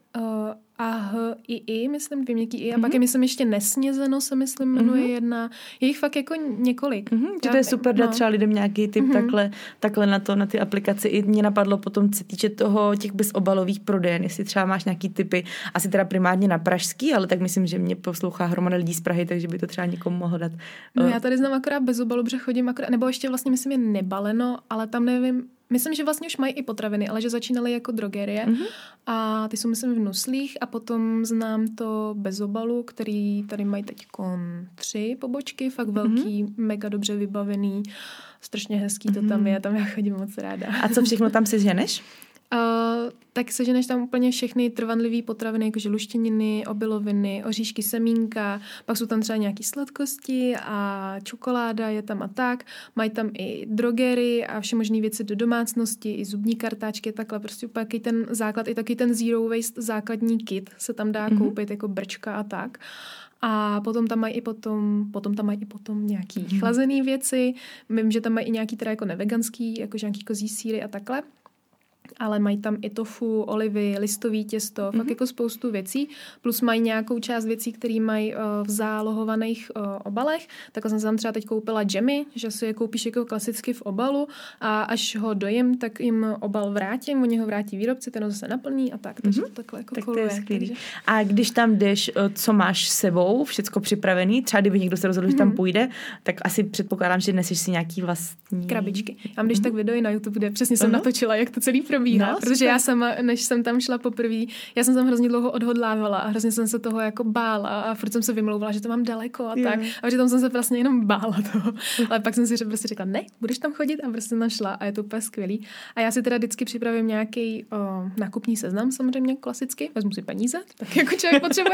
AHII, myslím, dvě měkký I, a pak je, myslím, ještě Nesnězeno se, myslím, jmenuje jedna. Je jich fakt jako několik. To je super dát třeba lidem nějaký tip takhle na ty aplikaci. I mě napadlo potom, co týče těch bezobalových prodejen, jestli třeba máš nějaký tipy, asi teda primárně na pražský, ale tak myslím, že mě poslouchá hromada lidí z Prahy, takže by to třeba někomu mohlo dát. No já tady znám akorát bezobalu, protože chodím akorát, nebo ještě vlastně myslím je Nebaleno, ale tam nevím. Myslím, že vlastně už mají i potraviny, ale že začínaly jako drogerie a ty jsou, myslím, v Nuslích a potom znám to Bezobalu, který tady mají teď 3 pobočky, fakt velký, mega dobře vybavený, strašně hezký to tam je, tam já chodím moc ráda. A co všechno tam si ženeš? Tak seženeš tam úplně všechny trvanlivé potraviny, jakože luštěniny, obiloviny, oříšky, semínka, pak jsou tam třeba nějaký sladkosti a čokoláda je tam a tak. Mají tam i drogery a vše možné věci do domácnosti, i zubní kartáčky, takhle prostě úplně ten základ, i taky ten zero waste základní kit se tam dá koupit, jako brčka a tak. A potom tam mají i potom nějaký chlazený věci. Vím, že tam mají i nějaký teda jako neveganský, jakože nějaký kozí sýry a takhle. Ale mají tam i tofu, olivy, listový těsto, fakt jako spoustu věcí. Plus mají nějakou část věcí, které mají v zálohovaných obalech. Takhle jsem si tam třeba teď koupila džemy, že si je koupíš jako klasicky v obalu a až ho dojím, tak jim obal vrátím, oni ho vrátí výrobci, ten ho zase naplní a tak. Takže to takhle jako koluje. Takže... A když tam jdeš, co máš s sebou, všecko připravený, třeba kdyby někdo se rozhodl, že tam půjde, tak asi předpokládám, že neseš si nějaký vlastní... Krabičky. Já mám když tak video na YouTube, kde přesně jsem natočila, jak to celý probíhá, No, protože já sama, než jsem tam šla poprvé, já jsem tam hrozně dlouho odhodlávala a hrozně jsem se toho jako bála a furt jsem se vymlouvala, že to mám daleko a tak. A přitom jsem se vlastně jenom bála toho. Ale pak jsem si prostě řekla, ne, budeš tam chodit a prostě tam šla a je to úplně skvělý. A já si teda vždycky připravím nějaký nákupní seznam, samozřejmě klasicky, vezmu si peníze, tak jako člověk potřebuje.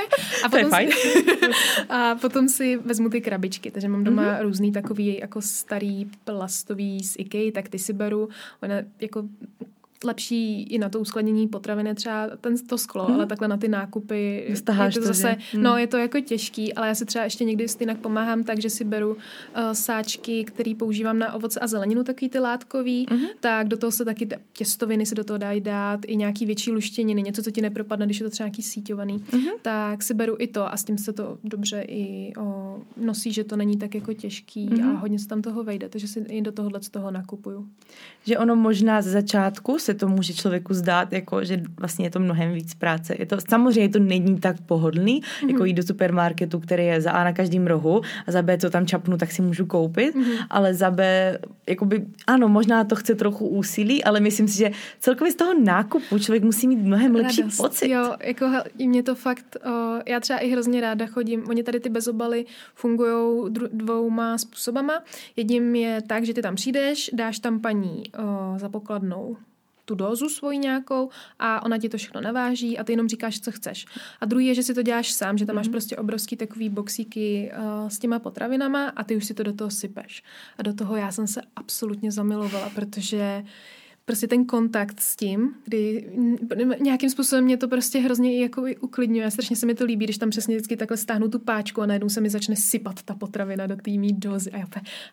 A potom si vezmu ty krabičky, takže mám doma různý takový jako starý plastový z IKEA, tak ty si beru, ona jako lepší i na to uskladnění potraviny třeba to sklo, ale takhle na ty nákupy je to zase, no je to jako těžký, ale já si třeba ještě někdy jinak pomáhám tak, že si beru sáčky, který používám na ovoce a zeleninu, takový ty látkový, tak do toho se taky těstoviny se do toho dají dát, i nějaký větší luštěniny, něco, co ti nepropadne, když je to třeba nějaký síťovaný, tak si beru i to a s tím se to dobře i nosí, že to není tak jako těžký a hodně se tam toho vejde, takže si i do tohohle z toho nakupuju. Že ono možná ze začátku se to může člověku zdát, jako, že vlastně je to mnohem víc práce. Samozřejmě to není tak pohodlný, jako jít do supermarketu, který je za A na každém rohu a za B, co tam čapnu, tak si můžu koupit, ale za B, jakoby, ano, možná to chce trochu úsilí, ale myslím si, že celkově z toho nákupu člověk musí mít mnohem lepší pocit. Jo, jako mě to fakt, já třeba i hrozně ráda chodím, oni tady ty bezobaly fungujou dvouma způsobama. Jedním je tak, že ty tam přijdeš, dáš tam paní za pokladnou tu dózu svoji nějakou a ona ti to všechno naváží a ty jenom říkáš, co chceš. A druhý je, že si to děláš sám, že tam máš prostě obrovský takový boxíky s těma potravinama a ty už si to do toho sypeš. A do toho já jsem se absolutně zamilovala, protože prostě ten kontakt s tím, kdy nějakým způsobem mě to prostě hrozně jako i uklidňuje. Strašně se mi to líbí, když tam přesně vždycky takhle stáhnu tu páčku a najednou se mi začne sypat ta potravina do té mý dozy. A já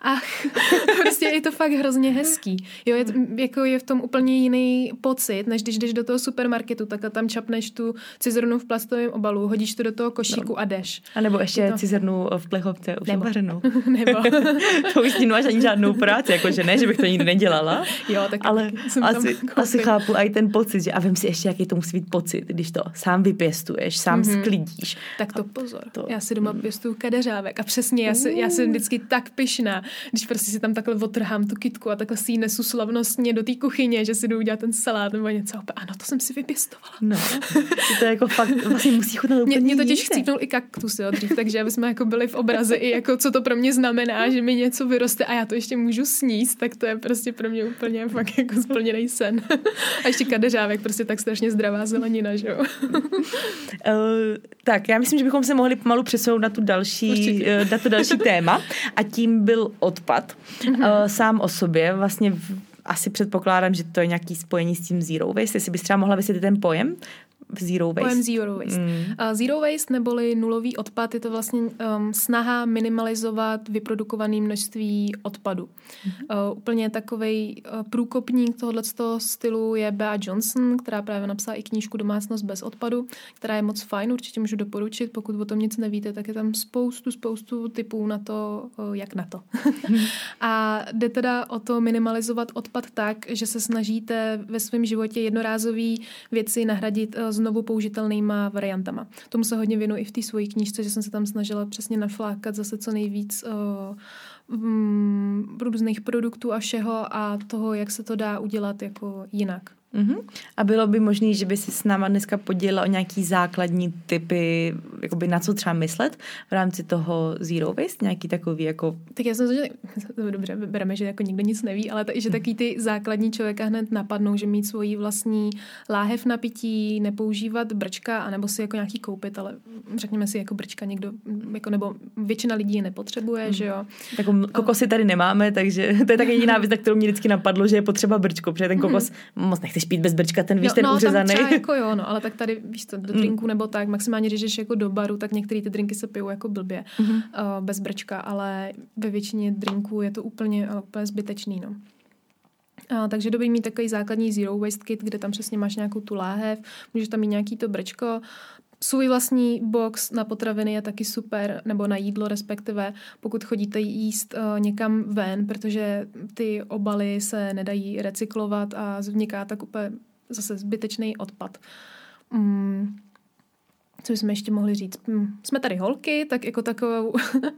prostě je to fakt hrozně hezký. Jo, je v tom úplně jiný pocit, než když jdeš do toho supermarketu, tak tam čapneš tu cizrnu v plastovém obalu, hodíš to do toho košíku a jdeš. A nebo ještě cizrnu v plechovce už uvařenou. Nebo. To už nemáš ani žádnou práci, jakože ne, že bych to nikdy nedělala. Jo, tak ale asi chápu i ten pocit, že a vem si ještě, jaký to musí být pocit, když to sám vypěstuješ, sám sklidíš. Tak to pozor. Já si doma pěstuju kadeřávek a přesně já jsem vždycky tak pyšná, když prostě si tam takhle otrhám tu kytku a takhle si ji nesu slavnostně do té kuchyně, že si jdu udělat ten salát nebo něco. Ano, to jsem si vypěstovala. No, to je jako fakt, vlastně musí chutnat úplně mě totiž chcípnul i kaktus, jo, dřív, takže aby jsme jako byli v obraze i jako co to pro mě znamená, že mi něco vyroste a já to ještě můžu sníst, tak to je prostě pro mě úplně fakt jako splněný sen. A ještě kadeřávek, prostě tak strašně zdravá zelenina, že jo. Tak, já myslím, že bychom se mohli pomalu přesunout na to další téma a tím byl odpad. Sám o sobě, vlastně asi předpokládám, že to je nějaký spojení s tím zero waste, jestli bys třeba mohla vysvětlit ten pojem? Zero waste. Pojem zero waste. Zero waste neboli nulový odpad je to vlastně snaha minimalizovat vyprodukované množství odpadu. Úplně takovej průkopník tohoto stylu je Bea Johnson, která právě napsala i knížku Domácnost bez odpadu, která je moc fajn, určitě můžu doporučit. Pokud o tom nic nevíte, tak je tam spoustu tipů na to, jak na to. A jde teda o to minimalizovat odpad tak, že se snažíte ve svém životě jednorázové věci nahradit znovu použitelnýma variantama. Tomu se hodně věnuji i v té svojí knížce, že jsem se tam snažila přesně naflákat zase co nejvíc různých produktů a všeho a toho, jak se to dá udělat jako jinak. A bylo by možné, že by si s náma dneska podělila o nějaký základní typy, jakoby na co třeba myslet v rámci toho zero waste, nějaký takový jako... Tak já jsem to dobře, bereme, že jako nikdo nic neví, ale že taky ty základní člověka hned napadnou, že mít svoji vlastní láhev na pití, nepoužívat brčka, anebo si jako nějaký koupit, ale řekněme si jako brčka někdo, jako, nebo většina lidí je nepotřebuje, že jo. Tak kokosy tady nemáme, takže to je tak jediná věc, kterou mě vždycky napadlo, že je potřeba brčko, protože ten kokos moc nechceš pít bez brčka, ten víš, ten uřezaný. Tam třeba jako jo, no, ale tak tady, víš to, do drinku nebo tak, maximálně, když jdeš jako do baru, tak některé ty drinky se pijou jako blbě, bez brčka, ale ve většině drinků je to úplně zbytečný, no. Takže dobrý mít takový základní zero waste kit, kde tam přesně máš nějakou tu láhev, můžeš tam mít nějaký to brčko, svůj vlastní box na potraviny je taky super, nebo na jídlo respektive, pokud chodíte jíst někam ven, protože ty obaly se nedají recyklovat a vzniká tak úplně zase zbytečný odpad. Co bychom ještě mohli říct? Jsme tady holky, tak jako takovou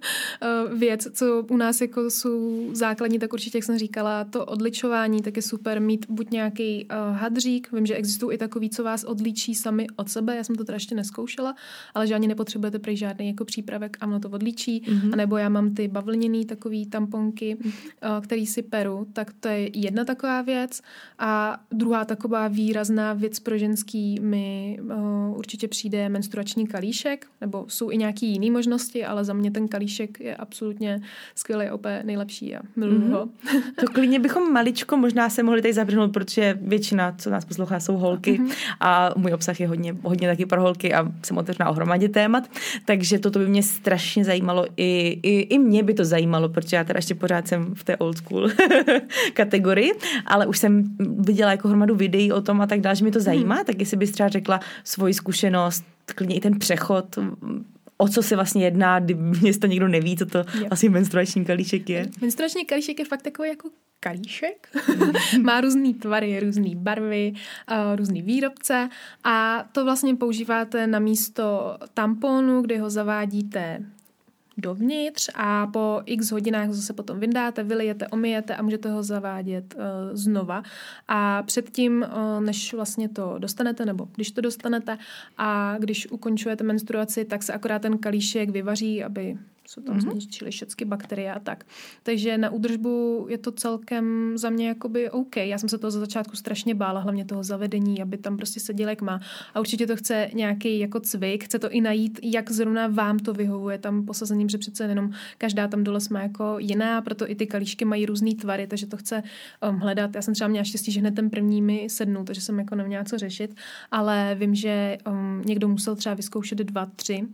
věc, co u nás jako jsou základní, tak určitě, jak jsem říkala, to odličování, tak je super mít buď nějaký hadřík, vím, že existují i takový, co vás odličí sami od sebe, já jsem to teda ještě nezkoušela, ale že ani nepotřebujete prej žádný jako přípravek a ono to odličí, anebo já mám ty bavlněný takový tamponky, který si peru, tak to je jedna taková věc a druhá taková výrazná věc pro ženský mi určitě přijde menstruační kalíšek, nebo jsou i nějaký jiný možnosti, ale za mě ten kalíšek je absolutně skvělý, opět nejlepší a miluji ho. To klidně bychom maličko možná se mohli tady zabrnout, protože většina, co nás poslouchá, jsou holky a můj obsah je hodně taky pro holky a jsem otevřená o hromadě témat, takže toto by mě strašně zajímalo i mě by to zajímalo, protože já teda ještě pořád jsem v té old school kategorii, ale už jsem viděla jako hromadu videí o tom a tak dále, že mi to zajímá, tak jestli bys třeba řekla svoji zkušenost, klidně i ten přechod, o co se vlastně jedná, když to někdo neví, co to asi menstruační kalíšek je. Menstruační kalíšek je fakt takový jako kalíšek. Má různý tvary, různý barvy, různý výrobce a to vlastně používáte na místo tamponu, kdy ho zavádíte dovnitř a po x hodinách ho zase potom vyndáte, vylijete, omyjete a můžete ho zavádět znova. A předtím, než vlastně to dostanete, nebo když to dostanete a když ukončujete menstruaci, tak se akorát ten kalíšek vyvaří, aby se tam zničily všechny bakterie a tak. Takže na údržbu je to celkem za mě jakoby OK. Já jsem se toho za začátku strašně bála, hlavně toho zavedení, aby tam prostě seděl jak má. A určitě to chce nějaký jako cvik, chce to i najít, jak zrovna vám to vyhovuje tam posazením, že přece jenom každá tam dole má jako jiná, proto i ty kalíšky mají různý tvary, takže to chce hledat. Já jsem třeba měla štěstí, že hned ten první mi sednul, takže jsem jako neměla co řešit, ale vím, že někdo musel třeba vyzkoušet 2, 3.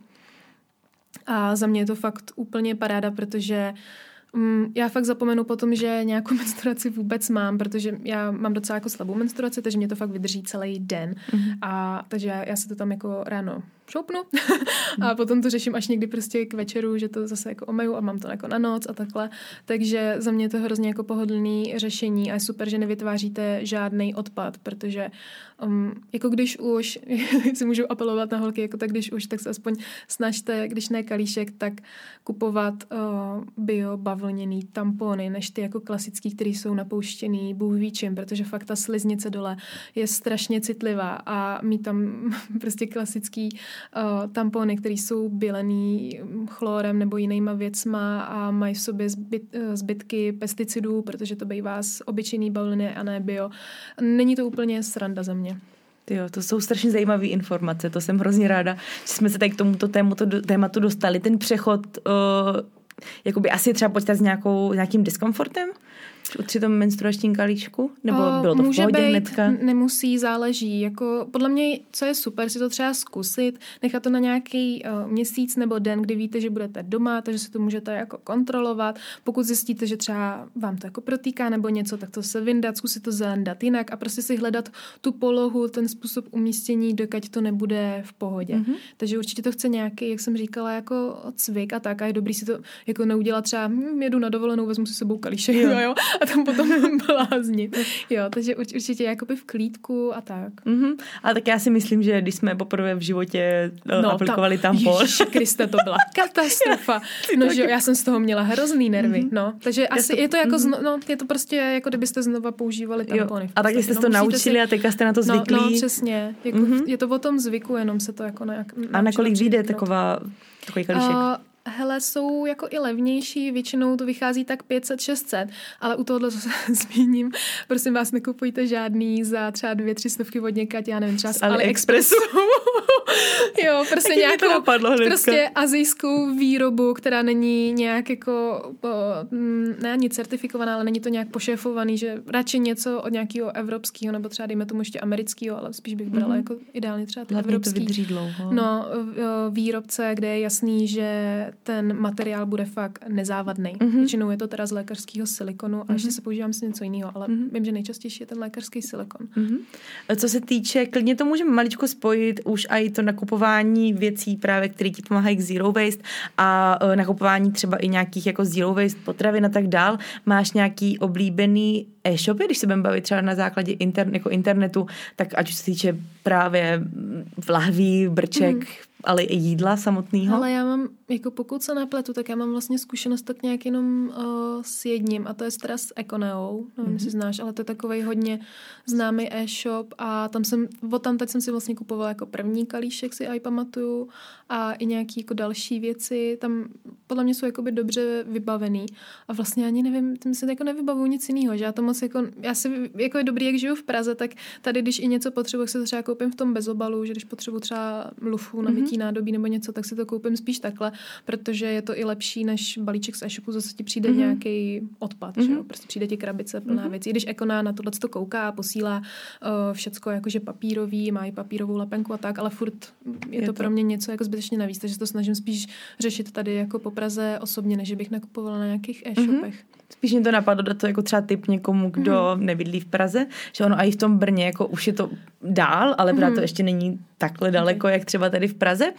A za mě je to fakt úplně paráda, protože já fakt zapomenu potom, že nějakou menstruaci vůbec mám, protože já mám docela jako slabou menstruaci, takže mě to fakt vydrží celý den. A takže já se to tam jako ráno šoupnu a potom to řeším až někdy prostě k večeru, že to zase jako omyju a mám to jako na noc a takhle. Takže za mě je to hrozně jako pohodlný řešení a je super, že nevytváříte žádný odpad, protože jako když už si můžu apelovat na holky, jako tak když už, tak se aspoň snažte, když ne kalíšek, tak kupovat bio bavlněný tampony, než ty jako klasický, který jsou napouštěný bůh ví čím, protože fakt ta sliznice dole je strašně citlivá a mít tam prostě klasický tampony, které jsou bylený chlorem nebo jinýma věcma a mají v sobě zbytky pesticidů, protože to bývá z obyčejný bavlny a ne bio. Není to úplně sranda za mě. Jo, to jsou strašně zajímavé informace, to jsem hrozně ráda, že jsme se tady k tomuto tématu dostali. Ten přechod jakoby asi třeba počítat s nějakým diskomfortem při tom menstruačním kalíčku? Nebo bylo to v pohodě hnedka? Nemusí, záleží. Jako, podle mě, co je super, si to třeba zkusit, nechat to na nějaký měsíc nebo den, kdy víte, že budete doma, takže si to můžete jako kontrolovat. Pokud zjistíte, že třeba vám to jako protýká nebo něco, tak to se vyndat, zkusit to zandat jinak a prostě si hledat tu polohu, ten způsob umístění, dokud to nebude v pohodě. Takže určitě to chce nějaký, jak jsem říkala, jako cvik a tak a je dobrý si to jako neudělat třeba, jedu na dovolenou, vezmu si sebou kalíšek, jo, a tam potom bláznit. Jo, takže určitě jakoby v klídku a tak. Ale tak já si myslím, že když jsme poprvé v životě aplikovali tampon. Ježiši Kriste, to byla katastrofa. No, že já jsem z toho měla hrozný nervy. No, takže asi je to jako, je to prostě jako kdybyste znova používali tampony. Jo, a tak jste to naučili a teďka jste na to zvyklí. No, přesně. Jako, je to o tom zvyku, jenom se to jako A na kolik vyjde takový kalíšek? Hele, jsou jako i levnější, většinou to vychází tak 500-600, ale u tohohle se zmíním, prosím vás, nekupujte žádný za třeba 200-300 od někať, já nevím, třeba z AliExpressu. Jo, prostě nějakou prostě asijskou výrobu, která není nějak jako, ne ani certifikovaná, ale není to nějak pošéfovaný, že radši něco od nějakého evropského, nebo třeba dejme tomu ještě amerického, ale spíš bych brala jako ideálně třeba ty evropský. To vydrží dlouho. No, výrobce, kde je jasný, že ten materiál bude fakt nezávadný. Většinou je to teda z lékařského silikonu a ještě se používám s něco jiného, ale vím, že nejčastější je ten lékařský silikon. Co se týče, klidně to můžeme maličko spojit už i to nakupování věcí právě, které ti pomáhají k zero waste a nakupování třeba i nějakých jako zero waste potravin a tak dál. Máš nějaký oblíbený e-shopy, když se budeme bavit třeba na základě internetu, tak ať už se týče právě lahví, brček, ale i jídla samotného? Ale já mám, jako pokud se nepletu, tak já mám vlastně zkušenost tak nějak jenom s jedním a to je teda s Econeou, nevím, jestli znáš, ale to je takovej hodně známý e-shop a teď jsem si vlastně kupovala jako první kalíšek, si aj pamatuju, a i nějaký jako další věci, tam podle mě jsou jakoby dobře vybavený a vlastně ani nevím, tím si jako nevybavuju nic jiného, že já to moc jako, já si jako je dobrý, jak žiju v Praze, tak tady, když i něco potřebuji, se to třeba koupím v tom bezobalu, že když potřebuji třeba lufu na mytí nádobí nebo něco, tak si to koupím spíš takhle, protože je to i lepší než balíček z e-shopu, zase ti přijde nějaký odpad, že jo? Prostě přijde ti krabice plná věcí. Když Econa na tohle to kouká a posílá všecko jakože papírový, má i papírovou lepenku a tak, ale furt je to pro mě něco jako zbytečně navíc, takže to snažím spíš řešit tady jako po Praze osobně, než bych nakupovala na nějakých e-shopech. Spíš mě to napadlo dát to jako třeba tip někomu, kdo nebydlí v Praze, že ono i v tom Brně jako už je to dál, ale právě to ještě není takhle daleko, jak třeba tady v Praze,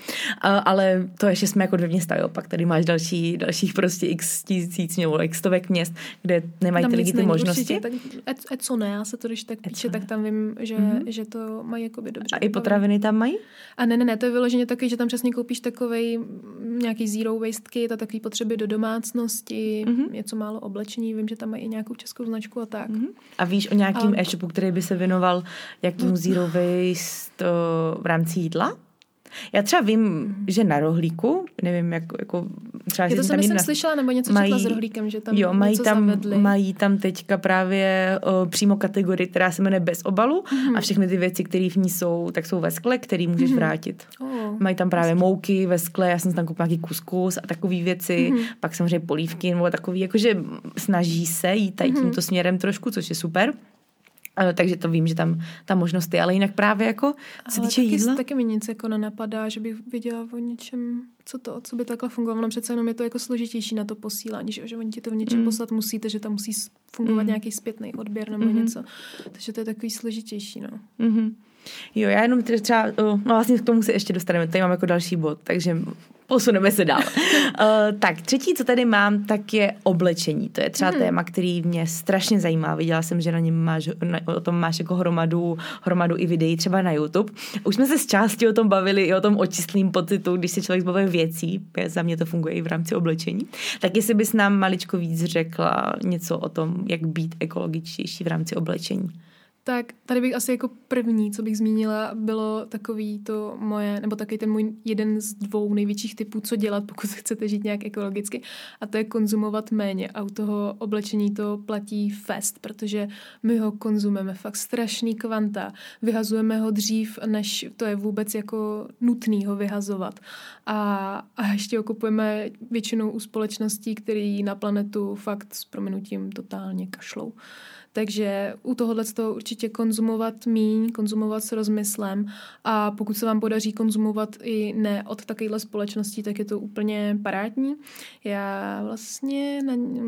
ale to ještě jsme jako 2 města, jo, pak tady máš dalších prostě x tisíc nebo x stovek měst, kde nemají ty lidi ty možnosti. Určitě, tak Econa se to když tak píše, tak tam vím, že to mají jakoby dobře. A i potraviny tam mají? A ne, to je vyloženě takový, že tam přesně koupíš takovej nějaký zero waste kit a takový potřeby do domácnosti, něco málo oblečení, vím, že tam mají i nějakou českou značku a tak. A víš o nějakým e-shopu, který by se věnoval jakým zero waste v rámci jídla? Já třeba vím, že na Rohlíku, nevím, jako třeba... Já to jsem slyšela, nebo něco četla s Rohlíkem, že tam něco zavedli. Mají tam teďka právě přímo kategorii, která se jmenuje bez obalu a všechny ty věci, které v ní jsou, tak jsou ve skle, který můžeš vrátit. Mají tam právě mouky ve skle, já jsem tam koupila nějaký kuskus a takový věci, pak samozřejmě polívky nebo takový, jakože snaží se jít tady tímto směrem trošku, což je super. Takže to vím, že tam ta možnost je, ale jinak právě jako se týče jídla. Taky mi nic jako nenapadá, že bych věděla o něčem, co by takhle fungovalo. No přece jenom je to jako složitější na to posílání, že oni ti to v něčem poslat musíte, že tam musí fungovat nějaký zpětný odběr nebo něco. Takže to je takový složitější, no. Jo, já jenom třeba, vlastně k tomu se ještě dostaneme, tady mám jako další bod, takže posuneme se dál. Tak, třetí, co tady mám, tak je oblečení. To je třeba téma, který mě strašně zajímá. Viděla jsem, že o tom máš jako hromadu i videí třeba na YouTube. Už jsme se z části o tom bavili, i o tom očistlým pocitu, když se člověk zbaví věcí. Za mě to funguje i v rámci oblečení. Tak jestli bys nám maličko víc řekla něco o tom, jak být ekologičtější v rámci oblečení. Tak tady bych asi jako první, co bych zmínila, bylo takový to moje, nebo takový ten můj jeden z 2 největších typů, co dělat, pokud chcete žít nějak ekologicky, a to je konzumovat méně. A u toho oblečení to platí fest, protože my ho konzumujeme fakt strašný kvanta. Vyhazujeme ho dřív, než to je vůbec jako nutný ho vyhazovat. A ještě ho kupujeme většinou u společností, který na planetu fakt s prominutím totálně kašlou. Takže u tohohle z toho určitě konzumovat míň, konzumovat s rozmyslem a pokud se vám podaří konzumovat i ne od takovýchhle společností, tak je to úplně parádní. Já vlastně...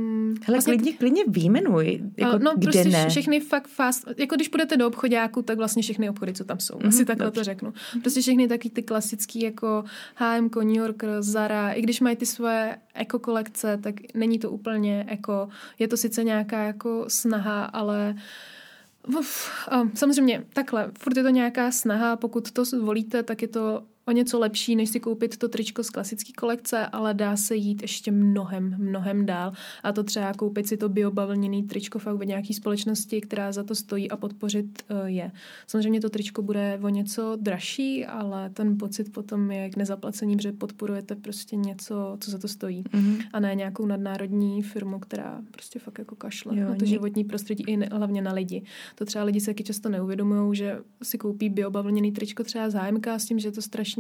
klidně výjmenuj, jako kde prostě ne. Všechny fakt fast, jako když půjdete do obchodáku, tak vlastně všechny obchody, co tam jsou. Asi takhle to řeknu. Prostě všechny taky ty klasický jako H&M, New Yorker, Zara, i když mají ty svoje eko kolekce, tak není to úplně eko. Je to sice nějaká jako snaha, ale samozřejmě takhle, furt je to nějaká snaha, pokud to zvolíte, tak je to o něco lepší, než si koupit to tričko z klasické kolekce, ale dá se jít ještě mnohem dál. A to třeba koupit si to biobavlněný tričko fakt ve nějaký společnosti, která za to stojí a podpořit je. Samozřejmě to tričko bude o něco dražší, ale ten pocit potom je k nezaplacení, protože podporujete prostě něco, co za to stojí. A ne nějakou nadnárodní firmu, která prostě fakt jako kašle na to životní prostředí i hlavně na lidi. To třeba lidi se taky často neuvědomují, že si koupí biobavlněný tričko třeba z H&M s tím, že je to strašně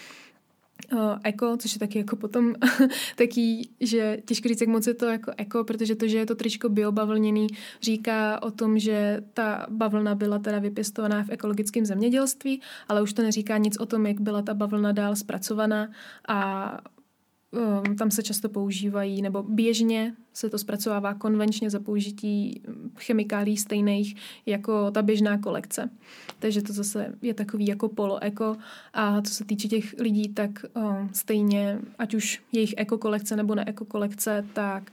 eko, což je taky jako potom taký, že těžko říct, jak moc je to jako eko, protože to, že je to tričko biobavlněný, říká o tom, že ta bavlna byla teda vypěstovaná v ekologickém zemědělství, ale už to neříká nic o tom, jak byla ta bavlna dál zpracovaná a tam se často používají, nebo běžně se to zpracovává konvenčně za použití chemikálií stejných jako ta běžná kolekce. Takže to zase je takový jako poloeko. A co se týče těch lidí, tak stejně, ať už jejich ekokolekce nebo neekokolekce, tak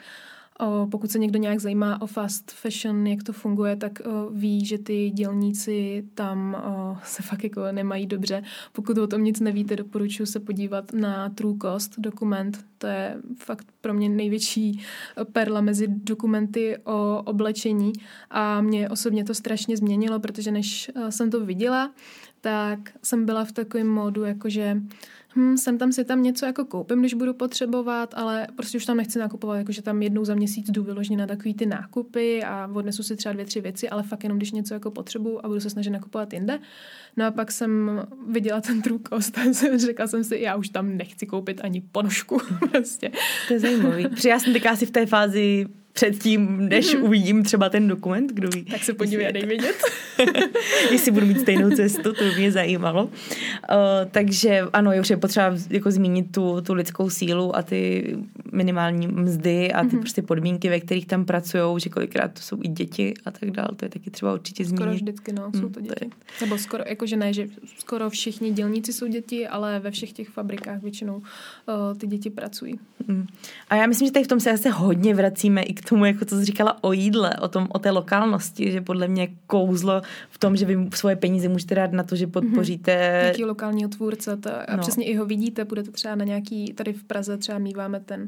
Pokud se někdo nějak zajímá o fast fashion, jak to funguje, tak ví, že ty dělníci tam se fakt jako nemají dobře. Pokud o tom nic nevíte, doporučuji se podívat na True Cost dokument. To je fakt pro mě největší perla mezi dokumenty o oblečení a mě osobně to strašně změnilo, protože než jsem to viděla, tak jsem byla v takovém módu, jakože sem tam si tam něco jako koupím, když budu potřebovat, ale prostě už tam nechci nakupovat, jakože tam jednou za měsíc jdu vyloženě na takový ty nákupy a odnesu si třeba 2-3 věci, ale fakt jenom když něco jako potřebuju a budu se snažit nakupovat jinde. No a pak jsem viděla ten True Cost a řekla jsem si, já už tam nechci koupit ani ponožku. Prostě. To je zajímavý. Protože já jsem teďka asi v té fázi předtím, než uvidím třeba ten dokument, kdo ví. Tak se podívej a dej vědět. Jestli budu mít stejnou cestu, to by mě zajímalo. Takže ano, je už potřeba jako zmínit tu lidskou sílu a ty minimální mzdy a ty prostě podmínky, ve kterých tam pracujou, že kolikrát to jsou i děti a tak dále. To je taky třeba určitě zmínit. Skoro vždycky, jsou to děti. Nebo skoro, jakože ne, že skoro všichni dělníci jsou děti, ale ve všech těch fabrikách většinou ty děti pracují. A já myslím, že tady v tom se zase hodně vracíme i k tomu, jako co jsi říkala o jídle, o té lokálnosti, že podle mě kouzlo v tom, že vy svoje peníze můžete dát na to, že podpoříte nějaký lokálního tvůrce a přesně i ho vidíte, budete třeba na nějaký, tady v Praze třeba míváme ten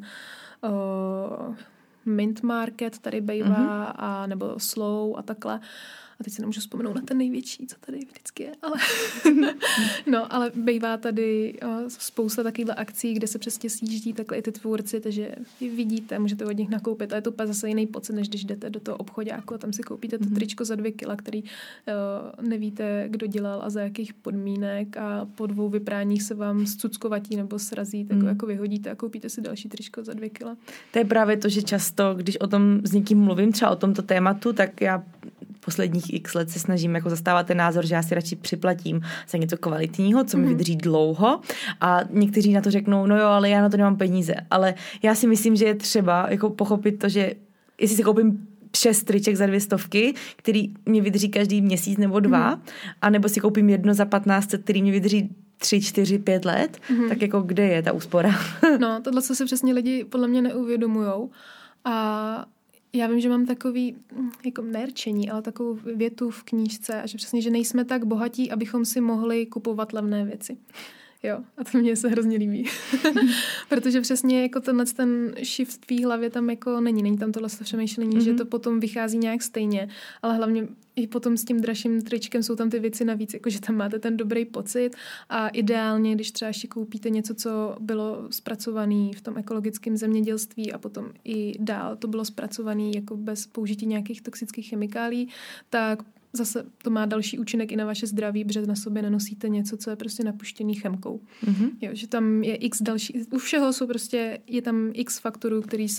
Mint Market tady bejvá a nebo Slow a takhle. A teď se nemůžu vzpomenout na ten největší, co tady vždycky je, ale no, ale bývá tady spousta takovýchhle akcí, kde se přesně sjíždí takhle i ty tvůrci, takže vidíte, můžete od nich nakoupit a je to zase jiný pocit, než když jdete do toho obchoďáku a tam si koupíte to tričko za 2 kila, který nevíte, kdo dělal a za jakých podmínek a po 2 vypráních se vám zcuckovatí nebo srazí, tak jako vyhodíte a koupíte si další tričko za 2 kila. To je právě to, že často, když o tom s někým mluvím, třeba o tomto tématu, tak já posledních x let se snažím jako zastávat ten názor, že já si radši připlatím za něco kvalitního, co mi vydrží dlouho a někteří na to řeknou, no jo, ale já na to nemám peníze, ale já si myslím, že je třeba jako pochopit to, že jestli si koupím 6 triček za 200, který mě vydrží každý měsíc nebo 2, anebo si koupím jedno za 1500, který mě vydrží 3, 4, 5 let, tak jako kde je ta úspora? No, tohle co si přesně lidi podle mě neuvědomujou a já vím, že mám takový, jako nerčení, ale takovou větu v knížce, a že přesně, že nejsme tak bohatí, abychom si mohli kupovat levné věci. Jo, a to mně se hrozně líbí. Protože přesně jako ten shift v tvý hlavě tam jako není tam tohle přemýšlení, že to potom vychází nějak stejně, ale hlavně i potom s tím dražším tričkem jsou tam ty věci navíc, jakože tam máte ten dobrý pocit a ideálně, když třeba ještě koupíte něco, co bylo zpracované v tom ekologickém zemědělství a potom i dál to bylo zpracované jako bez použití nějakých toxických chemikálí, tak zase to má další účinek i na vaše zdraví, protože na sobě nenosíte něco, co je prostě napuštěný chemkou. Jo, že tam je x další, u všeho jsou prostě, je tam x faktorů,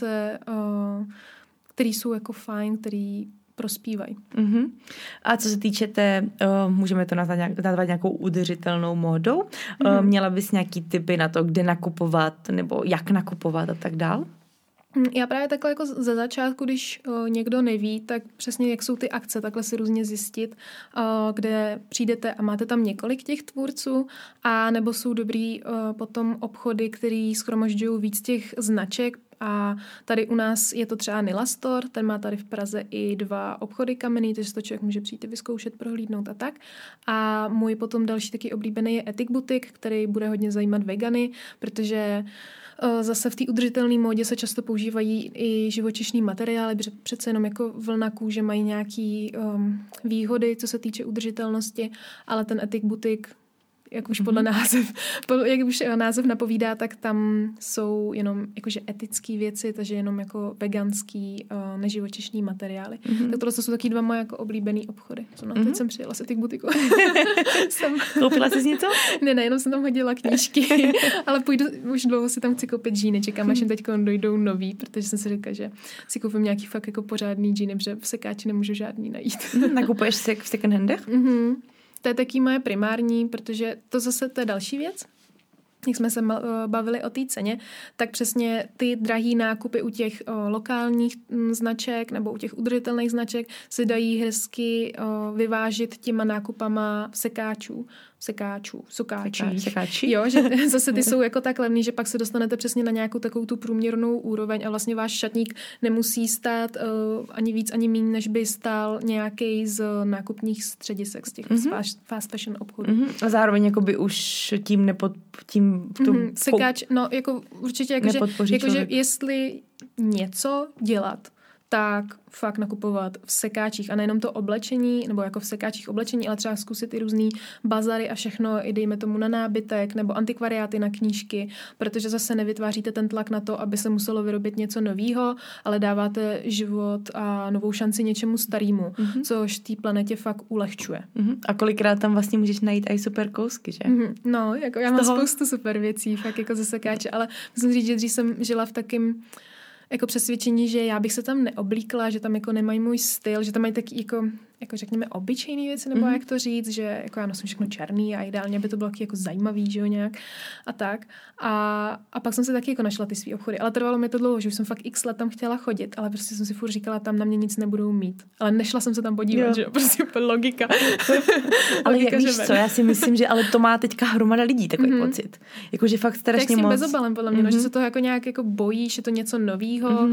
který jsou jako fajn, který prospívají. A co se týče můžeme to nazvat nějakou udržitelnou módou, měla bys nějaký tipy na to, kde nakupovat nebo jak nakupovat a tak dál? Já právě takhle jako ze začátku, když někdo neví, tak přesně jak jsou ty akce, takhle si různě zjistit, kde přijdete a máte tam několik těch tvůrců, a nebo jsou dobrý potom obchody, který shromažďují víc těch značek. A tady u nás je to třeba Nila Store, ten má tady v Praze i 2 obchody kamenný, takže to člověk může přijít vyzkoušet, prohlídnout a tak. A můj potom další taky oblíbený je Ethic Boutique, který bude hodně zajímat vegany, protože zase v té udržitelné módě se často používají i živočišní materiály, protože přece jenom jako vlna kůže mají nějaké výhody, co se týče udržitelnosti, ale ten Ethic Boutique, jak už podle jak už název napovídá, tak tam jsou jenom jakože etické věci, takže jenom jako veganský, neživočišní materiály. Tak tohle jsou taky 2 moje jako oblíbený obchody. Teď jsem přijela z Ethic Boutique. Koupila jsi něco? Ne, jenom jsem tam hodila knížky, ale půjdu, už dlouho si tam chci koupit džíny, čekám, až jim teď dojdou nový, protože jsem si říkala, že si koupím nějaký fakt jako pořádný džíny, protože v sekáči nemůžu žádný najít. Nakupuješ si v second handech? To je taky moje primární, protože to zase to je další věc. jak jsme se bavili o té ceně, tak přesně ty drahý nákupy u těch lokálních značek nebo u těch udržitelných značek se dají hezky vyvážit těma nákupama sekáčích. Jo, že zase ty jsou jako tak levný, že pak se dostanete přesně na nějakou takovou tu průměrnou úroveň a vlastně váš šatník nemusí stát ani víc, ani méně, než by stál nějaký z nákupních středisek, z těch fast fashion obchodů. A zároveň jakoby už tím sekáč, no jako určitě jakože jestli něco dělat, tak fakt nakupovat v sekáčích a nejenom to oblečení, nebo jako v sekáčích oblečení, ale třeba zkusit i různý bazary a všechno, i dejme tomu na nábytek nebo antikvariáty na knížky, protože zase nevytváříte ten tlak na to, aby se muselo vyrobit něco novýho, ale dáváte život a novou šanci něčemu starému, což té planetě fakt ulehčuje. A kolikrát tam vlastně můžeš najít i super kousky, že? No, jako já mám spoustu super věcí, fakt jako ze sekáče, ale musím říct, že dřív jsem žila v takým jako přesvědčení, že já bych se tam neoblíkla, že tam jako nemají můj styl, že tam mají taky jako řekněme obyčejné věci, nebo jak to říct, že jako já nosím všechno černý a ideálně by to bylo jako zajímavý, že jo, nějak a tak. A pak jsem se taky jako našla ty svý obchody, ale trvalo mi to dlouho, že už jsem fakt x let tam chtěla chodit, ale prostě jsem si furt říkala, tam na mě nic nebudou mít. Ale nešla jsem se tam podívat, že jo, prostě logika. Ale víš co, já si myslím, že ale to má teďka hromada lidí takový pocit. Jakože fakt strašně moc. Tak s tím bezobalem podle mě, no, že se toho jako nějak jako bojí, že to něco novýho.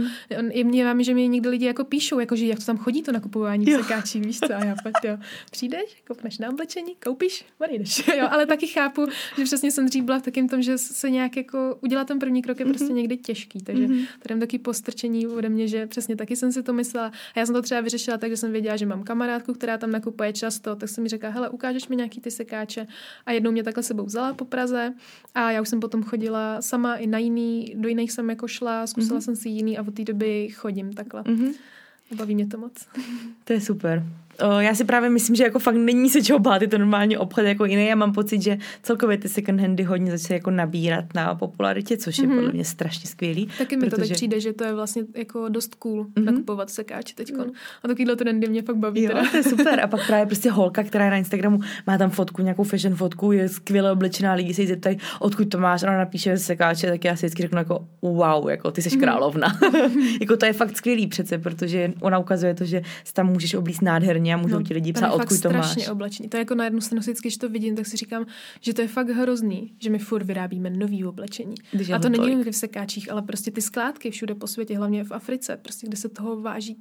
Že mě někdy lidi jako píšou, jako že jak to tam chodí to nakupování v sekáči, víš co? A já pak, jo, přijdeš, koupneš na oblečení, koupíš, jdeš. Jo, ale taky chápu, že přesně jsem dřív byla v takém tom, že se nějak jako udělat ten první krok je prostě někdy těžký, takže tady mám taky postrčení ode mě, že přesně taky jsem si to myslela. A já jsem to třeba vyřešila tak, že jsem věděla, že mám kamarádku, která tam nakupuje často, tak jsem mi řekla, hele, ukážeš mi nějaký ty sekáče. A jednou mě takhle sebou vzala po Praze a já už jsem potom chodila sama i do jiných jsem jako šla, zkusila jsem si jiný a od té doby chodím takhle. Baví mě to moc. To je super. Já si právě myslím, že jako fakt není se čeho bát, je to normálně obchod jako jiný. Já mám pocit, že celkově ty second handy hodně začaly jako nabírat na popularitě, což je podle mě strašně skvělý. Taky mi to teď přijde, že to je vlastně jako dost cool nakupovat sekáč teďkon. A takovýhle trendy mě fakt baví. Jo, to je super. A pak právě prostě holka, která je na Instagramu, má tam fotku, nějakou fashion fotku, je skvěle oblečená, lidi se jí zeptají, odkud to máš, ona napíše sekáče, tak já si vždycky řeknu jako wow, jako ty jsi královna. Jako to je fakt skvělý přece, protože ona ukazuje to, že si tam můžeš oblíct nádherně a můžou ti lidi psát, odkud to máš. Strašně oblečení. To je jako na jednu stranu, když to vidím, tak si říkám, že to je fakt hrozný, že my furt vyrábíme nový oblečení. A to není jen v sekáčích, ale prostě ty skládky všude po světě, hlavně v Africe, prostě kde se toho váží,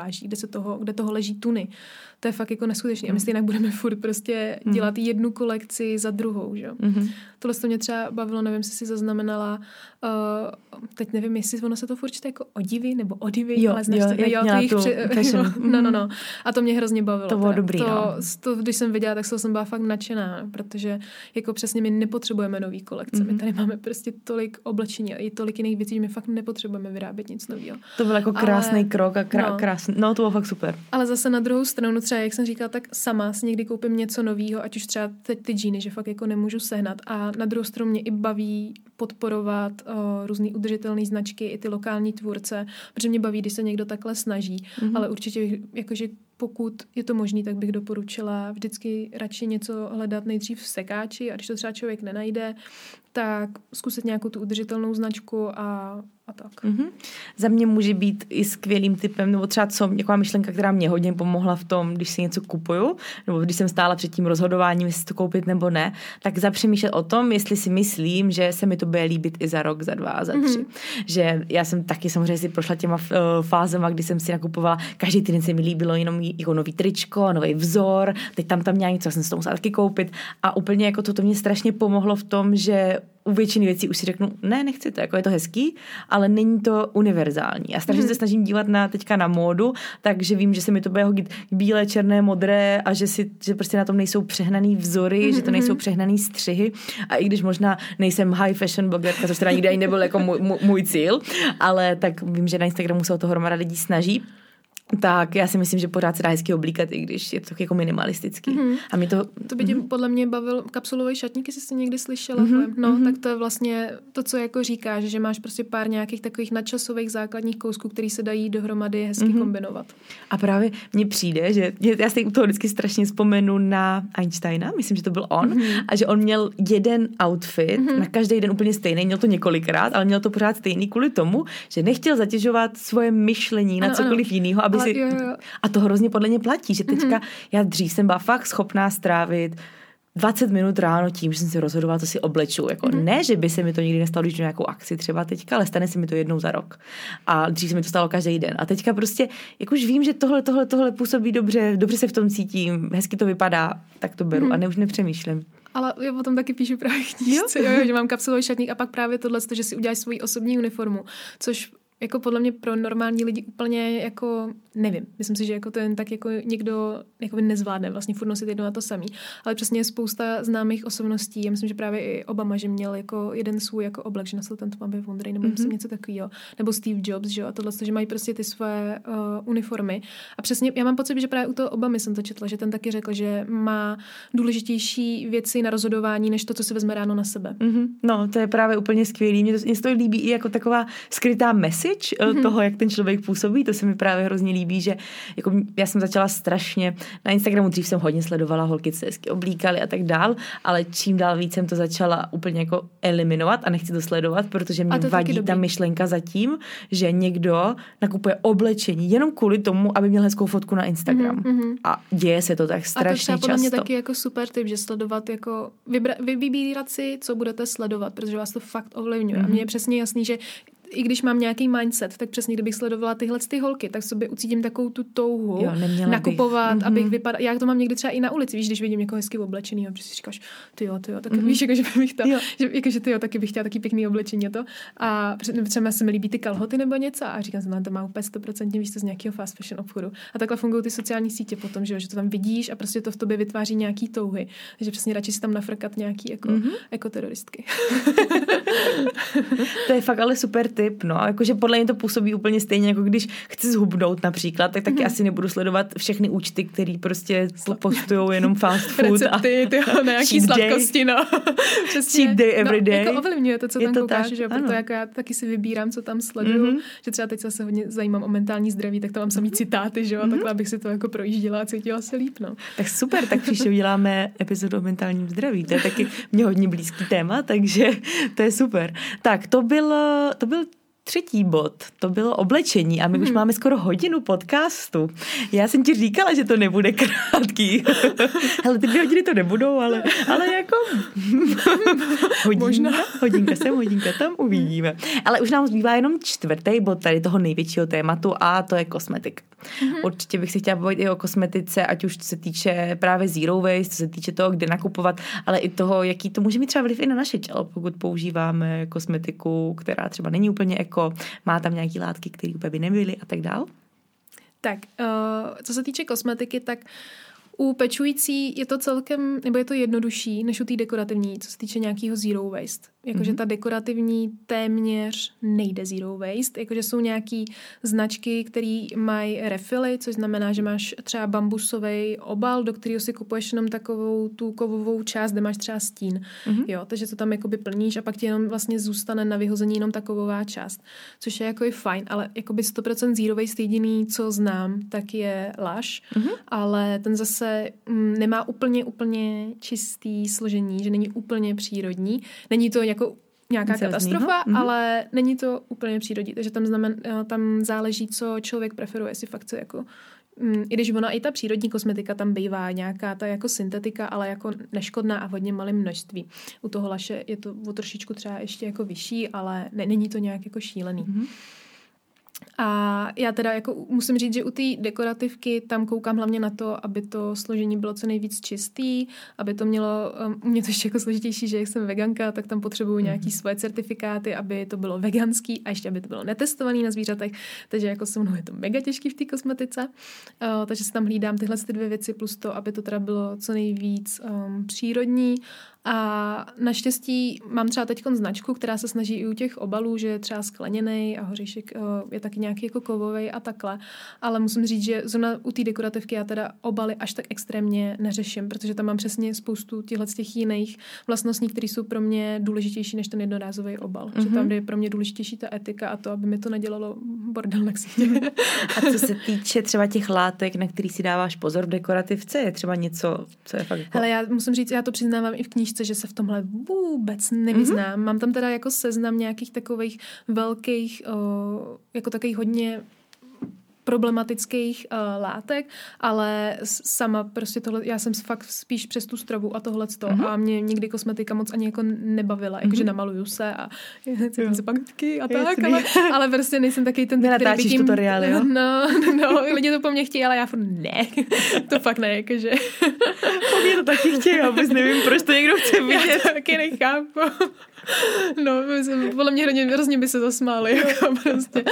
kde toho leží tuny. To je fakt jako neskutečný. A my stejně budeme furt prostě dělat jednu kolekci za druhou, že jo. Tohle to mě třeba bavilo, nevím, jestli si zaznamenala, teď nevím, jestli ono se to furt čte jako odivy nebo odivy, ale znáš No. A to mě hrozně bavilo. To bylo dobrý, to, když jsem viděla, tak jsem byla fakt nadšená, protože jako přesně my nepotřebujeme nový kolekce. My tady máme prostě tolik oblečení a i tolik jiných věcí, že my fakt nepotřebujeme vyrábět nic nového. To byl jako krásný krok a krásný. No, to bylo fakt super. Ale zase na druhou stranu, třeba jak jsem říkala, tak sama si někdy koupím něco nového, ať už třeba teď ty džíny, že fakt jako nemůžu sehnat. A na druhou stranu mě i baví podporovat různý udržitelné značky, i ty lokální tvůrce, protože mě baví, když se někdo takhle snaží, ale určitě jakože pokud je to možné, tak bych doporučila vždycky radši něco hledat nejdřív v sekáči a když to třeba člověk nenajde, tak zkusit nějakou tu udržitelnou značku a tak. Za mě může být i skvělým typem, nebo třeba nějaká myšlenka, která mě hodně pomohla v tom, když si něco kupuju, nebo když jsem stála před tím rozhodováním, jestli to koupit nebo ne, tak zapřemýšlet o tom, jestli si myslím, že se mi to bude líbit i za rok, za 2 a za 3. Že já jsem taky samozřejmě si prošla těma fázema, kdy jsem si nakupovala, každý týden se mi líbilo jenom jako nový tričko, nový vzor, teď tam nějak něco, jsem si to musela taky koupit a úplně jako to mě strašně pomohlo v tom, že u většiny věcí už si řeknu, ne, nechci to, jako je to hezký, ale není to univerzální. Já strašně se snažím dívat teďka na módu, takže vím, že se mi to bude hodit bílé, černé, modré a že prostě na tom nejsou přehnaný vzory, že to nejsou přehnaný střihy a i když možná nejsem high fashion blogerka, což teda nikdy ani nebyl jako můj cíl, ale tak vím, že na Instagramu se o to hromada lidí snaží. tak já si myslím, že pořád se dá hezky oblíkat, i když je to jako minimalistický. A mě to by tě podle mě bavil kapsulový šatník, jestli jsi někdy slyšela. No, tak to je vlastně to, co jako říkáš, že máš prostě pár nějakých takových nadčasových základních kousků, který se dají dohromady hezky kombinovat. A právě mně přijde, že já si u toho vždycky strašně vzpomenu na Einsteina, myslím, že to byl on, a že on měl jeden outfit, na každý den úplně stejný, měl to několikrát, ale měl to pořád stejný kvůli tomu, že nechtěl zatěžovat svoje myšlení na cokoliv jiného, aby si... A to hrozně podle mě platí, že teďka já dřív jsem byla fakt schopná strávit 20 minut ráno tím, že jsem si rozhodovala, co si obleču. Jako ne, že by se mi to nikdy nestalo, když jdu nějakou akci třeba teďka, ale stane se mi to jednou za rok. A dřív se mi to stalo každý den. A teďka prostě, jak už vím, že tohle působí dobře se v tom cítím, hezky to vypadá, tak to beru a už nepřemýšlím. Ale já potom taky píšu právě knížce, že mám kapsulový šatník a pak právě tohle, že si uděláš svoji osobní uniformu, což jako podle mě pro normální lidi úplně jako, nevím, myslím si, že jako to jen tak jako někdo jako nezvládne vlastně furt nosit jedno a to samý, ale přesně je spousta známých osobností, já myslím, že právě i Obama, že měl jako jeden svůj jako oblek, že nosil ten Tommy Wondery, nebo myslím něco takového, nebo Steve Jobs, že jo, a tohle, že mají prostě ty své uniformy a přesně, já mám pocit, že právě u toho Obamy jsem to četla, že ten taky řekl, že má důležitější věci na rozhodování, než to, co si vezme ráno na sebe. No, to je právě úplně skvělý, mě to líbí i jako taková skrytá message toho, jak ten člověk působí, to se mi právě hrozně líbí, že jako já jsem začala strašně, na Instagramu dřív jsem hodně sledovala holky, co se hezky oblíkaly a tak dál, ale čím dál víc jsem to začala úplně jako eliminovat a nechci to sledovat, protože mě vadí ta myšlenka zatím, že někdo nakupuje oblečení jenom kvůli tomu, aby měl hezkou fotku na Instagram. A děje se to tak strašně často. A to třeba podle mě taky jako super tip, že sledovat jako vybírat si, co budete sledovat, protože vás to fakt ovlivňuje. A mně je přesně jasný, že i když mám nějaký mindset, tak přesně kdybych sledovala tyhle ty holky, tak sobě ucítím takovou tu touhu nakupovat, abych vypadala. Já to mám někdy třeba i na ulici, víš, když vidím někoho hezky oblečený, a si říkáš, ty jo, tak víš, jako, že bych to, že ty jo, taky bych chtěla taky pěkný oblečení a to. A třeba se mi líbí ty kalhoty nebo něco a říkám si, to má úplně 100%, víš, to z nějakého fast fashion obchodu. A takhle fungují ty sociální sítě potom, že to tam vidíš a prostě to v tobě vytváří nějaký touhy. Takže přesně radši si tam nafrkat nějaký jako teroristky. To je fakt ale super tip, no. Jakože podle mě to působí úplně stejně, jako když chci zhubnout například, tak taky asi nebudu sledovat všechny účty, který prostě postujou jenom fast food. Recepty, nějaký sladkosti, no. Cheat day every day. Jako ovlivňuje to, co tam koukáš, že proto jako já taky si vybírám, co tam sleduju, že třeba teď se hodně zajímám o mentální zdraví, tak tam mám samý citáty, že jo, a takhle abych si to jako projížděla a cítila se líp, no. Tak super, tak příště uděláme epizodu o mentálním zdraví, to je taky mě hodně blízký téma, takže to je super. Tak, to byl třetí bod, to bylo oblečení a my už máme skoro hodinu podcastu. Já jsem ti říkala, že to nebude krátký. Hele, ty 2 hodiny to nebudou, ale jako hodinka sem, hodinka tam, uvidíme. Ale už nám zbývá jenom 4. bod tady toho největšího tématu a to je kosmetik. Určitě bych si chtěla bavit i o kosmetice, ať už se týče právě zero waste, co se týče toho, kde nakupovat, ale i toho, jaký to může mít třeba vliv i na naše tělo, pokud používáme kosmetiku, která třeba není úplně má tam nějaký látky, které úplně by nebyly a tak dál? Tak, co se týče kosmetiky, tak u pečující je to celkem, nebo je to jednodušší, než u té dekorativní, co se týče nějakého zero waste. Jakože ta dekorativní téměř nejde zero waste, jakože jsou nějaký značky, které mají refily, což znamená, že máš třeba bambusový obal, do kterého si kupuješ jenom takovou tu kovovou část, kde máš třeba stín. Jo, takže to tam jakoby plníš a pak ti jenom vlastně zůstane na vyhození jenom ta kovová část, což je jako fajn, ale jakoby 100% zero waste jediný, co znám, tak je Lush, ale ten zase nemá úplně čistý složení, že není úplně přírodní. Není to jako nějaká katastrofa, ale není to úplně přírodní, takže tam záleží, co člověk preferuje, jestli fakt chce jako i když ona i ta přírodní kosmetika tam bývá nějaká ta jako syntetika, ale jako neškodná a v hodně malém množství. U toho Lushe je to o trošičku třeba ještě jako vyšší, ale není to nějak jako šílený. A já teda jako musím říct, že u té dekorativky tam koukám hlavně na to, aby to složení bylo co nejvíc čistý, aby to mělo, u mě to ještě jako složitější, že jak jsem veganka, tak tam potřebuju nějaký svoje certifikáty, aby to bylo veganský a ještě aby to bylo netestovaný na zvířatech, takže jako se mnou je to mega těžký v té kosmetice, takže si tam hlídám tyhle 2 věci plus to, aby to teda bylo co nejvíc přírodní A naštěstí mám třeba teďkon značku, která se snaží i u těch obalů, že je třeba skleněnej a hoříšek je taky nějaký jako kovovej a takhle. Ale musím říct, že zrovna u té dekorativky já teda obaly až tak extrémně neřeším, protože tam mám přesně spoustu těch jiných vlastností, které jsou pro mě důležitější než ten jednorázový obal. Že tam je pro mě důležitější ta etika a to, aby mi to nedělalo bordel na ksichtě. A co se týče třeba těch látek, na který si dáváš pozor v dekorativce, je třeba něco, co je fakt jako... Hele, já musím říct, já to přiznávám i v knížce, že se v tomhle vůbec nevyznám. Mám tam teda jako seznam nějakých takových velkých, jako takových hodně problematických látek, ale sama prostě tohle, já jsem fakt spíš přes tu stravu a tohleto a mě nikdy kosmetika moc ani jako nebavila, jakože namaluju se a cítím se pankky a tak, ale prostě nejsem takový ten, který by tím... tutoriály, jo? No, lidi to po mně chtějí, ale já furt ne, to fakt ne, jakože... Po mě to taky chtějí, já vůbec nevím, proč to někdo chce vidět. Já to taky nechápu. No, podle mě hrozně by se zasmáli, jako prostě.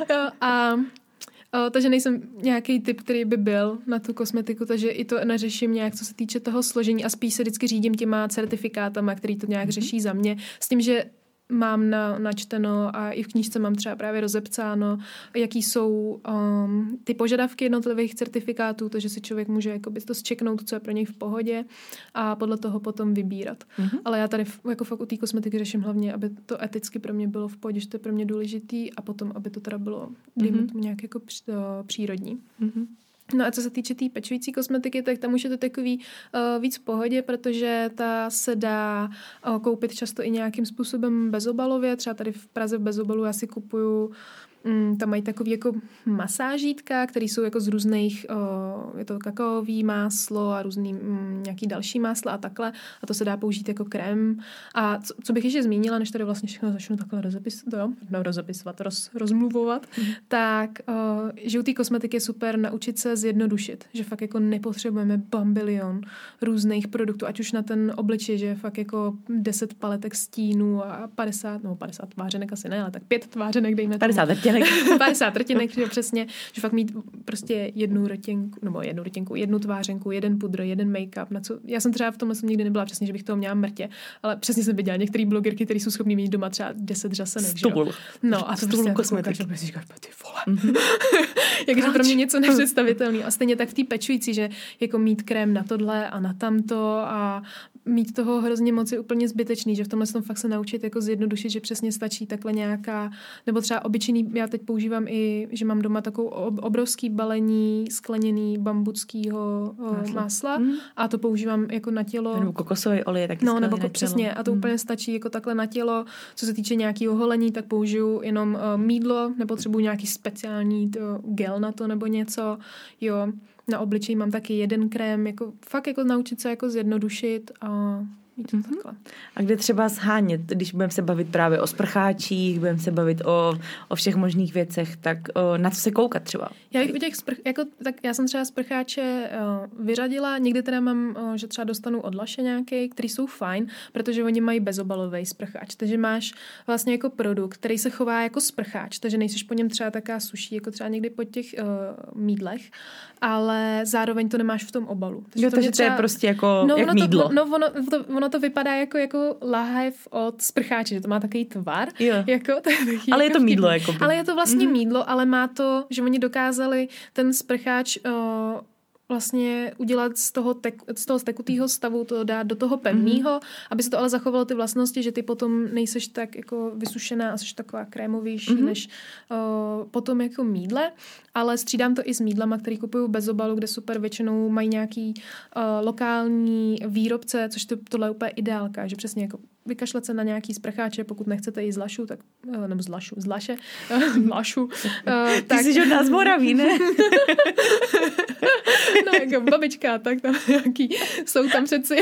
Takže nejsem nějaký typ, který by byl na tu kosmetiku, takže i to neřeším nějak, co se týče toho složení a spíš se vždycky řídím těma certifikátama, který to nějak řeší za mě. S tím, že mám načteno a i v knížce mám třeba právě rozepsáno, jaký jsou ty požadavky jednotlivých certifikátů, takže si člověk může jakoby to zčeknout, co je pro něj v pohodě a podle toho potom vybírat. Ale já tady jako fakt u té kosmetiky řeším hlavně, aby to eticky pro mě bylo v pohodě, že to je pro mě důležitý a potom, aby to teda bylo nějak jako přírodní. No a co se týče té pečující kosmetiky, tak tam už je to takový víc v pohodě, protože ta se dá koupit často i nějakým způsobem bezobalově. Třeba tady v Praze v bezobalu já si kupuju, tam mají takový jako masážítka, které jsou jako z různých, je to kakaový máslo a různý nějaký další másla a takhle. A to se dá použít jako krém. A co bych ještě zmínila, než tady vlastně všechno začnu takhle rozmluvovat, tak že u té kosmetiky je super naučit se zjednodušit. Že fakt jako nepotřebujeme bambilion různých produktů, ať už na ten obličej, že je fakt jako 10 paletek stínů a 50 tvářenek asi ne, ale tak 5 tvářenek dejme 50 rtěnek. 50 rtěnek, že přesně, že fakt mít prostě jednu rtěnku, jednu tvářenku, jeden pudr, jeden make-up. Na co, já jsem třeba v tomhle nikdy nebyla přesně, že bych toho měla mrtě, ale přesně jsem viděla některé blogerky, které jsou schopný mít doma třeba 10 řasenek. Stůl. No a to prostě kosmetiky. Ty vole. Takže pro mě něco nepředstavitelného. A stejně tak v té pečující, že jako mít krém na tohle a na tamto a mít toho hrozně moc je úplně zbytečný, že v tomhle tom fakt se naučit jako zjednodušit, že přesně stačí takhle nějaká, nebo třeba obyčejný, já teď používám i, že mám doma takovou obrovský balení skleněný bambuckého másla a to používám jako na tělo. Nebo kokosový olej taky no, nebo přesně a to úplně stačí jako takhle na tělo. Co se týče nějakého holení, tak použiju jenom mýdlo, nepotřebuji nějaký speciální gel na to nebo něco, jo. Na obličeji mám taky jeden krém, jako fakt jako naučit se jako zjednodušit a mít to takhle. A kde třeba shánět, když budeme se bavit právě o sprcháčích, budeme se bavit o všech možných věcech, tak na co se koukat třeba? Já jsem třeba sprcháče vyřadila, někdy teda mám, že třeba dostanu od Lush nějaký, který jsou fajn, protože oni mají bezobalový sprcháč, takže máš vlastně jako produkt, který se chová jako sprcháč, takže nejsiš po něm třeba taká suší, jako třeba někdy po těch mýdlech, ale zároveň to nemáš v tom obalu. Takže to je prostě jako jak mýdlo. Ono to vypadá jako lahev od sprcháče, že to má takový tvar. Jako, ale je to mýdlo. Ale je to vlastně mýdlo, ale má to, že oni dokázali ten sprcháč vlastně udělat z toho tekutého stavu, to dát do toho pevného, aby se to ale zachovalo ty vlastnosti, že ty potom nejseš tak jako vysušená a jsi taková krémovější než potom jako mýdle, ale střídám to i s mýdlama, který kupuju bez obalu, kde super většinou mají nějaký lokální výrobce, což tohle je úplně ideálka, že přesně jako vykašlet se na nějaký sprcháče, pokud nechcete jít z Lashu, tak, nebo z Laše, Lashu. Ty jsi od nás Moraví, ne? No, jako babička, tak tam nějaký jsou tam přeci.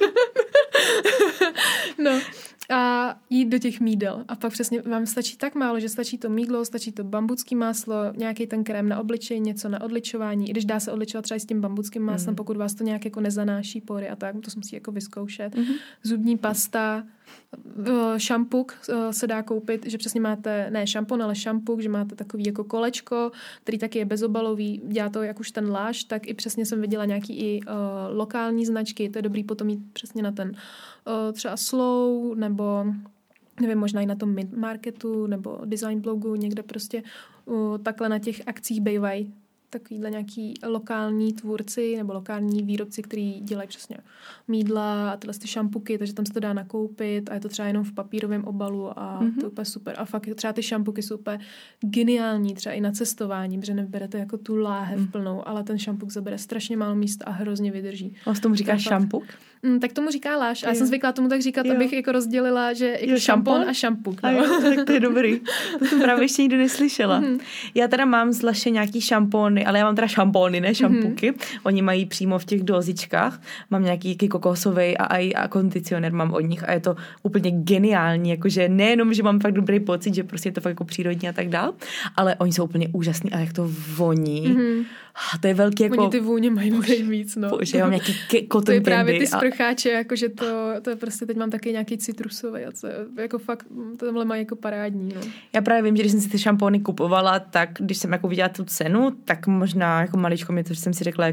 No. A jít do těch mýdel. A pak přesně vám stačí tak málo, že stačí to mýdlo, stačí to bambucký máslo, nějaký ten krém na obličej, něco na odličování. I když dá se odličovat třeba s tím bambuckým máslem, pokud vás to nějak jako nezanáší pory a tak, to se musí jako vyzkoušet. Zubní pasta, Šampuk se dá koupit, že přesně máte, ne šampon, ale šampuk, že máte takový jako kolečko, který taky je bezobalový, dělá to jak už ten Lush, tak i přesně jsem viděla nějaký i lokální značky, to je dobrý potom jít přesně na ten třeba Slow, nebo nevím, možná i na tom Mint Marketu, nebo Design Blogu, někde prostě takhle na těch akcích bývají takovýhle nějaký lokální tvůrci nebo lokální výrobci, kteří dělají přesně mýdla a tyhle ty šampuky, takže tam se to dá nakoupit a je to třeba jenom v papírovém obalu a to je úplně super. A fakt třeba ty šampuky jsou úplně geniální, třeba i na cestování, protože neberete jako tu láhev plnou, ale ten šampuk zabere strašně málo místa a hrozně vydrží. Vlastně tomu říkáš šampuk? Tak tomu říká Lush. A já jsem zvykla tomu tak říkat, abych jako rozdělila, že jako šampon a šampuk. No. Tak to je dobrý. To jsem právě ještě nikdy neslyšela. Já teda mám z Lushe nějaký šampony, ale já mám teda šampony, ne šampuky. Oni mají přímo v těch dozičkách. Mám nějaký kokosový a kondicionér mám od nich a je to úplně geniální. Jakože nejenom, že mám fakt dobrý pocit, že prostě je to fakt jako přírodní a tak dál, ale oni jsou úplně úžasní a jak to voní. To je velký jako... Oni ty vůně mají nejvíc, no. Že mám nějaký cotton candy. To je právě ty sprcháče, jakože to je prostě, teď mám taky nějaký citrusový a to je jako fakt, tohle mají jako parádní, no. Já právě vím, že když jsem si ty šampony kupovala, tak když jsem jako viděla tu cenu, tak možná jako maličko mi to, že jsem si řekla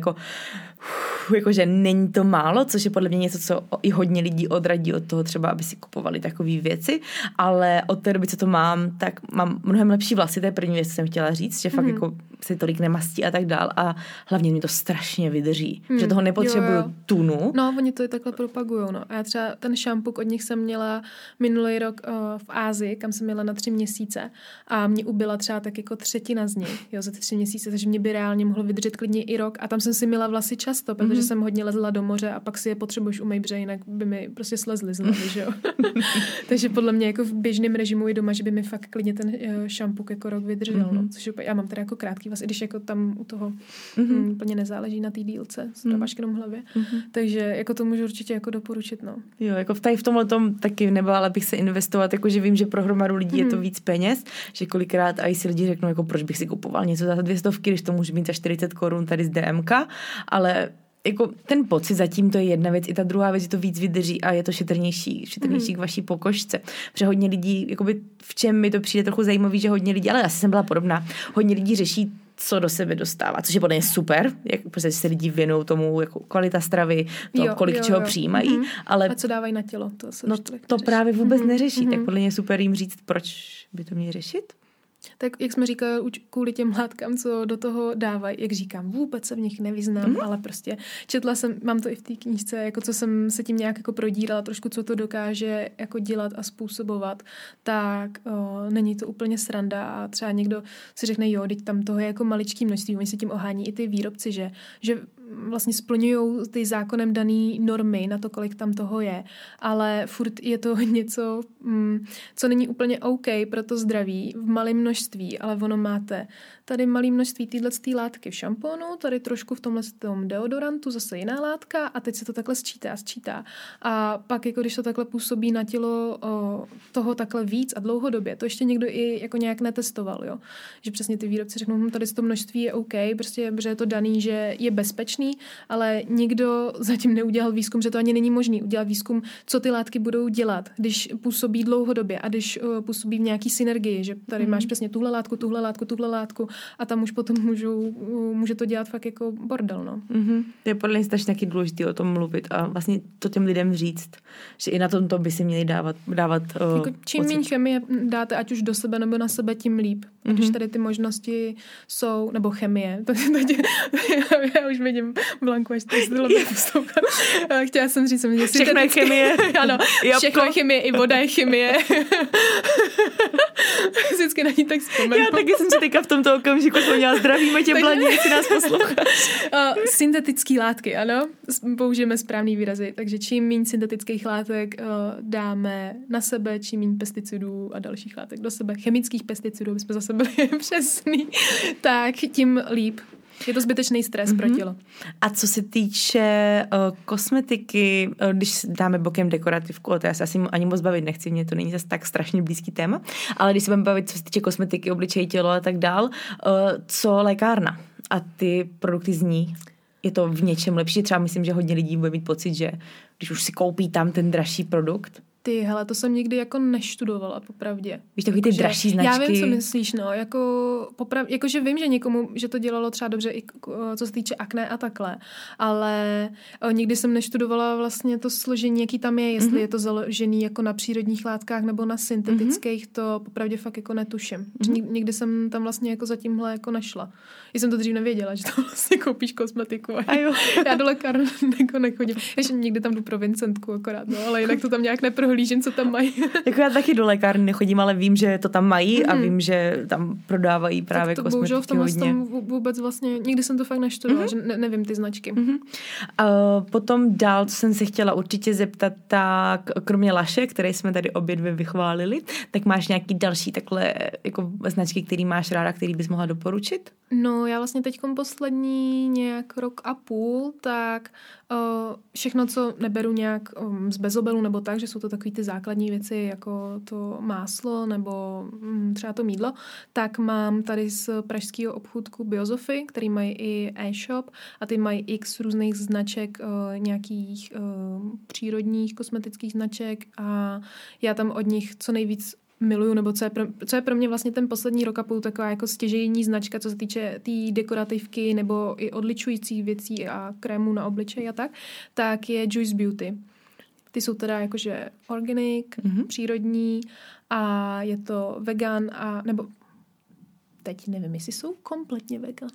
že není to málo, což je podle mě něco, co i hodně lidí odradí od toho třeba, aby si kupovali takové věci, ale od té doby, co to mám, tak mám mnohem lepší vlasy, to je první věc, co jsem chtěla říct, že fakt jako se tolik nemastí a tak dál a hlavně mi to strašně vydrží, že toho nepotřebuju tunu. No, oni to i takhle propagujou, no. A já třeba ten šampuk od nich jsem měla minulý rok v Ázii, kam jsem měla na 3 měsíce a mě ubyla třeba tak jako 1/3 z nich, za ty 3 měsíce, takže mě by reálně mohlo vydržet klidně i rok a tam jsem si myla vlasy často, protože jsem hodně lezla do moře a pak si je potřebuješ umýt, protože jinak by mi prostě slezly z hlavy, že jo. Takže podle mě jako v běžném režimu i doma, že by mi fakt klidně ten šampuk jako rok vydržel, no. Což já mám teda jako krátký vlasy, když jako tam u toho úplně nezáleží na té dílce, se dáváš jenom v hlavě. Takže jako to můžu určitě jako doporučit, no. Jo, jako tady v tomhle tom taky nebála bych se investovat, jakože vím, že pro hromadu lidí je to víc peněz, že kolikrát i si lidi řeknou, jako proč bych si kupoval něco za 200, když to může být za 40 korun tady z DMK, ale jako ten pocit zatím to je jedna věc, i ta druhá věc, že to víc vydrží a je to šetrnější k vaší pokožce. Protože hodně lidí, jakoby v čem mi to přijde trochu zajímavý, že hodně lidí, ale asi jsem byla podobná, hodně lidí řeší, co do sebe dostává, což je podle mě super, jak prostě se lidi věnují tomu, jako kvalita stravy, kolik čeho přijímají. Ale a co dávají na tělo, to právě vůbec neřeší, tak podle mě je super jim říct, proč by to měli řešit. Tak jak jsme říkali, kvůli těm látkám, co do toho dávají, jak říkám, vůbec se v nich nevyznám, ale prostě četla jsem, mám to i v té knížce, jako co jsem se tím nějak jako prodírala, trošku co to dokáže jako dělat a způsobovat, tak není to úplně sranda a třeba někdo si řekne, jo, teď tam toho je jako maličký množství, oni se tím ohání i ty výrobci, že vlastně splňují ty zákonem daný normy na to, kolik tam toho je, ale furt je to něco, co není úplně OK pro to zdraví v malém množství, ale ono máte tady malé množství této látky v šamponu, tady trošku v tomhle tom deodorantu zase jiná látka a teď se to takhle sčítá. A pak, jako když to takhle působí na tělo toho takhle víc a dlouhodobě, to ještě někdo i jako nějak netestoval, jo. Že přesně ty výrobci řeknou, tady to množství je OK, prostě, protože je to daný, že je bezpečný, ale nikdo zatím neudělal výzkum, že to ani není možný udělat výzkum, co ty látky budou dělat, když působí dlouhodobě a když působí v nějaký synergii, že tady máš přesně tuhle látku a tam už potom může to dělat fakt jako bordel, no. To je podle mě strašně taky důležité o tom mluvit a vlastně to těm lidem říct, že i na tomto by si měli dávat jako čím méně chemie dáte, ať už do sebe nebo na sebe, tím líp. A když tady ty možnosti jsou, nebo chemie, já už vidím Blanku, až to je poslouchat. Chtěla jsem říct, že všechno je chemie. Ano, všechno je chemie, i voda je chemie. Vždycky na ní tak vzpomenu. Já taky jsem si teďka v tomto okamžiku vzpomněla, zdravíme tě, Blaní, jestli nás posloucháš. Syntetické látky, ano, použijeme správný výrazy, takže čím méně syntetických látek dáme na sebe, čím méně pesticidů a dalších látek do sebe, chemických pesticidů, aby jsme zase byli přesný, tak tím líp. Je to zbytečný stres pro tělo. A co se týče kosmetiky, když dáme bokem dekorativku, to já se asi ani moc bavit nechci, mě to není zase tak strašně blízký téma, ale když se budeme bavit, co se týče kosmetiky, obličej, tělo a tak dál, co lékárna a ty produkty z ní? Je to v něčem lepší? Třeba myslím, že hodně lidí bude mít pocit, že když už si koupí tam ten dražší produkt, Hele, to jsem nikdy jako neštudovala, popravdě. Víš, takový ty dražší značky. Já vím, co myslíš, no. Jakože vím, že někomu, že to dělalo třeba dobře i co se týče akné a takhle, ale nikdy jsem neštudovala vlastně to složení, jaký tam je, jestli je to založený jako na přírodních látkách nebo na syntetických, to popravdě fakt jako netuším. Nikdy jsem tam vlastně jako za tímhle jako nešla. Jsem to dřív nevěděla, že tam vlastně koupíš kosmetiku. A jo. Já do lékárny jako nechodím. Ještě někdy tam jdu pro Vincentku akorát, no, ale jinak to tam nějak neprohlížím, co tam mají. Jako já taky do lékárny nechodím, ale vím, že to tam mají a vím, že tam prodávají právě kosmetiky bohužel v tomhle hodně. Tom vůbec vlastně, nikdy jsem to fakt neštudovala, že nevím ty značky. Potom dál, co jsem se chtěla určitě zeptat, tak kromě Laše, které jsme tady obě dvě vychválili, tak máš nějaký další takhle jako značky, který máš ráda, který bys mohla doporučit? No, já vlastně teďkom poslední nějak rok a půl, tak všechno, co neberu nějak z bezobelu nebo tak, že jsou to takový ty základní věci, jako to máslo nebo třeba to mýdlo, tak mám tady z pražského obchůdku Biosophy, který mají i e-shop a ty mají x různých značek, nějakých přírodních kosmetických značek a já tam od nich co nejvíc miluju, nebo co je pro mě vlastně ten poslední rok a půl taková jako stěžejní značka, co se týče té dekorativky nebo i odličujících věcí a krémů na obličej a tak je Juice Beauty. Ty jsou teda jakože organic, přírodní a je to vegan nebo teď nevím, jestli jsou kompletně vegan.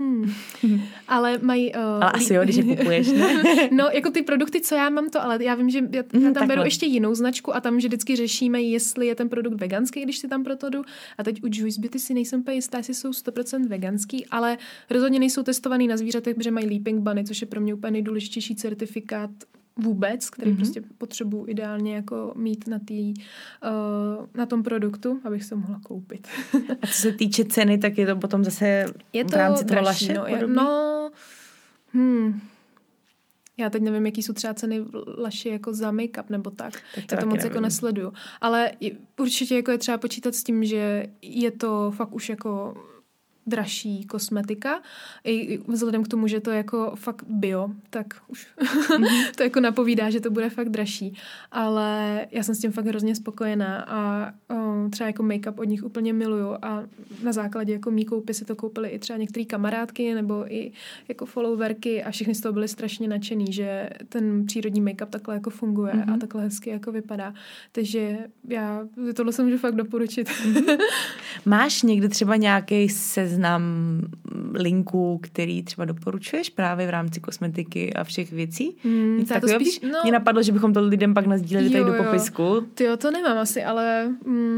Ale mají... ale asi jo, když je kupuješ, ne? No, jako ty produkty, co já mám to, ale já vím, že já tam beru ještě jinou značku a tam vždycky řešíme, jestli je ten produkt veganský, když si tam proto jdu. A teď u Juice Beauty si nejsem úplně jistá, jestli jsou 100% veganský, ale rozhodně nejsou testovaný na zvířatech, protože mají Leaping Bunny, což je pro mě úplně nejdůležitější certifikát vůbec, který prostě potřebuji ideálně jako mít na tom produktu, abych se mohla koupit. A co se týče ceny, tak je to potom zase v rámci toho Laše? Já teď nevím, jaký jsou třeba ceny Laši jako za make-up nebo tak. Já to moc jako nesleduju. Ale určitě jako je třeba počítat s tím, že je to fakt už jako dražší kosmetika. I vzhledem k tomu, že to je jako fakt bio, tak už to jako napovídá, že to bude fakt dražší. Ale já jsem s tím fakt hrozně spokojená a třeba jako make-up od nich úplně miluju a na základě jako mý koupy si to koupily i třeba některé kamarádky nebo i jako followerky a všichni z toho byli strašně nadšený, že ten přírodní make-up takhle jako funguje a takhle hezky jako vypadá. Takže já tohle se můžu fakt doporučit. Máš někde třeba nějaký seznam linků, který třeba doporučuješ právě v rámci kosmetiky a všech věcí? Mě napadlo, že bychom to lidem pak nasdíleli tady do popisku. Tyjo, to nemám asi, ale...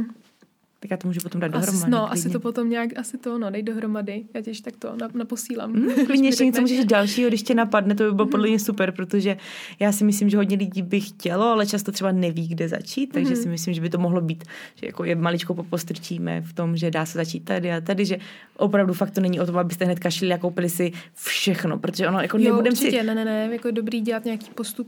Tak já to můžu potom dát dohromady. Asi to potom nějak, dej dohromady. Já těž tak to naposílám. Klidně ještě něco můžeš dalšího, když tě napadne, to by bylo podle mě super, protože já si myslím, že hodně lidí by chtělo, ale často třeba neví, kde začít, takže si myslím, že by to mohlo být, že jako je maličko popostrčíme v tom, že dá se začít tady a tady, že opravdu fakt to není o tom, abyste hned kašlili a koupili si všechno, protože ono jako nebudeme si... Ne, jako dobrý dělat nějaký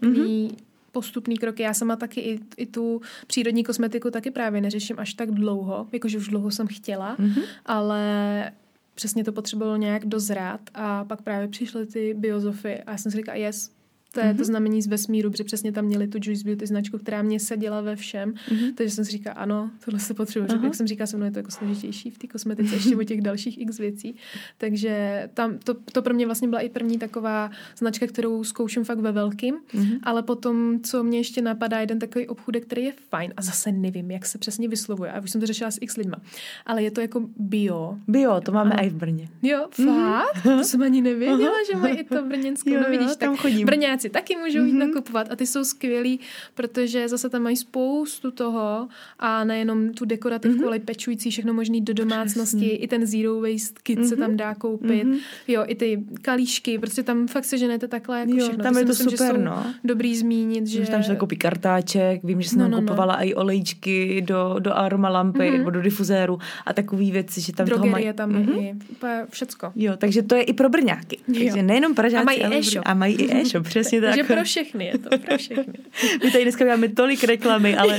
postupný kroky. Já sama taky i tu přírodní kosmetiku taky právě neřeším až tak dlouho, jakože už dlouho jsem chtěla, ale přesně to potřebovalo nějak dozrát a pak právě přišly ty Biosophy a já jsem si říkala, to je to znamení z vesmíru, protože přesně tam měli tu Juice Beauty značku, která mě seděla ve všem, takže jsem si říkala, ano, tohle se potřebuje. Jak jsem říkala, se mnou je to jako složitější v té kosmetice, ještě o těch dalších x věcí. Takže tam to pro mě vlastně byla i první taková značka, kterou zkouším fakt ve velkým, ale potom, co mě ještě napadá, jeden takový obchůdek, který je fajn a zase nevím, jak se přesně vyslovuje, a už jsem to řešila s x lidma, ale je to jako bio. Bio, to máme i v Brně. Jo, fakt? To jsem ani nevěděla, že mají i to brněnskou. No vidíš, tak Brňáci taky můžou jít nakupovat a ty jsou skvělí, protože zase tam mají spoustu toho a nejenom tu dekorativku, ale pečující všechno možný do domácnosti, i ten zero waste kit se tam dá koupit, jo, i ty kalíšky, prostě tam fakt se ženete takhle jako všechno. Tam je to myslím, super, že dobrý zmínit, že... Tam se koupí kartáček, vím, že jsem tam kupovala i olejčky do aroma lampy nebo do difuzéru a takový věci, že tam drogerie toho mají... tam je všecko. Jo, takže to je i pro Brňáky. Takže nejenom Pražáci, a mají i e-shop, přesně tak. Takže pro všechny je to, pro všechny. My tady dneska máme tolik reklamy, ale...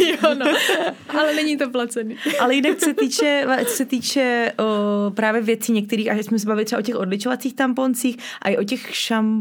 ale není to placený. Ale jinak co se týče právě věcí některých, až jsme se bavili třeba o těch odličovacích tamponcích a i o těch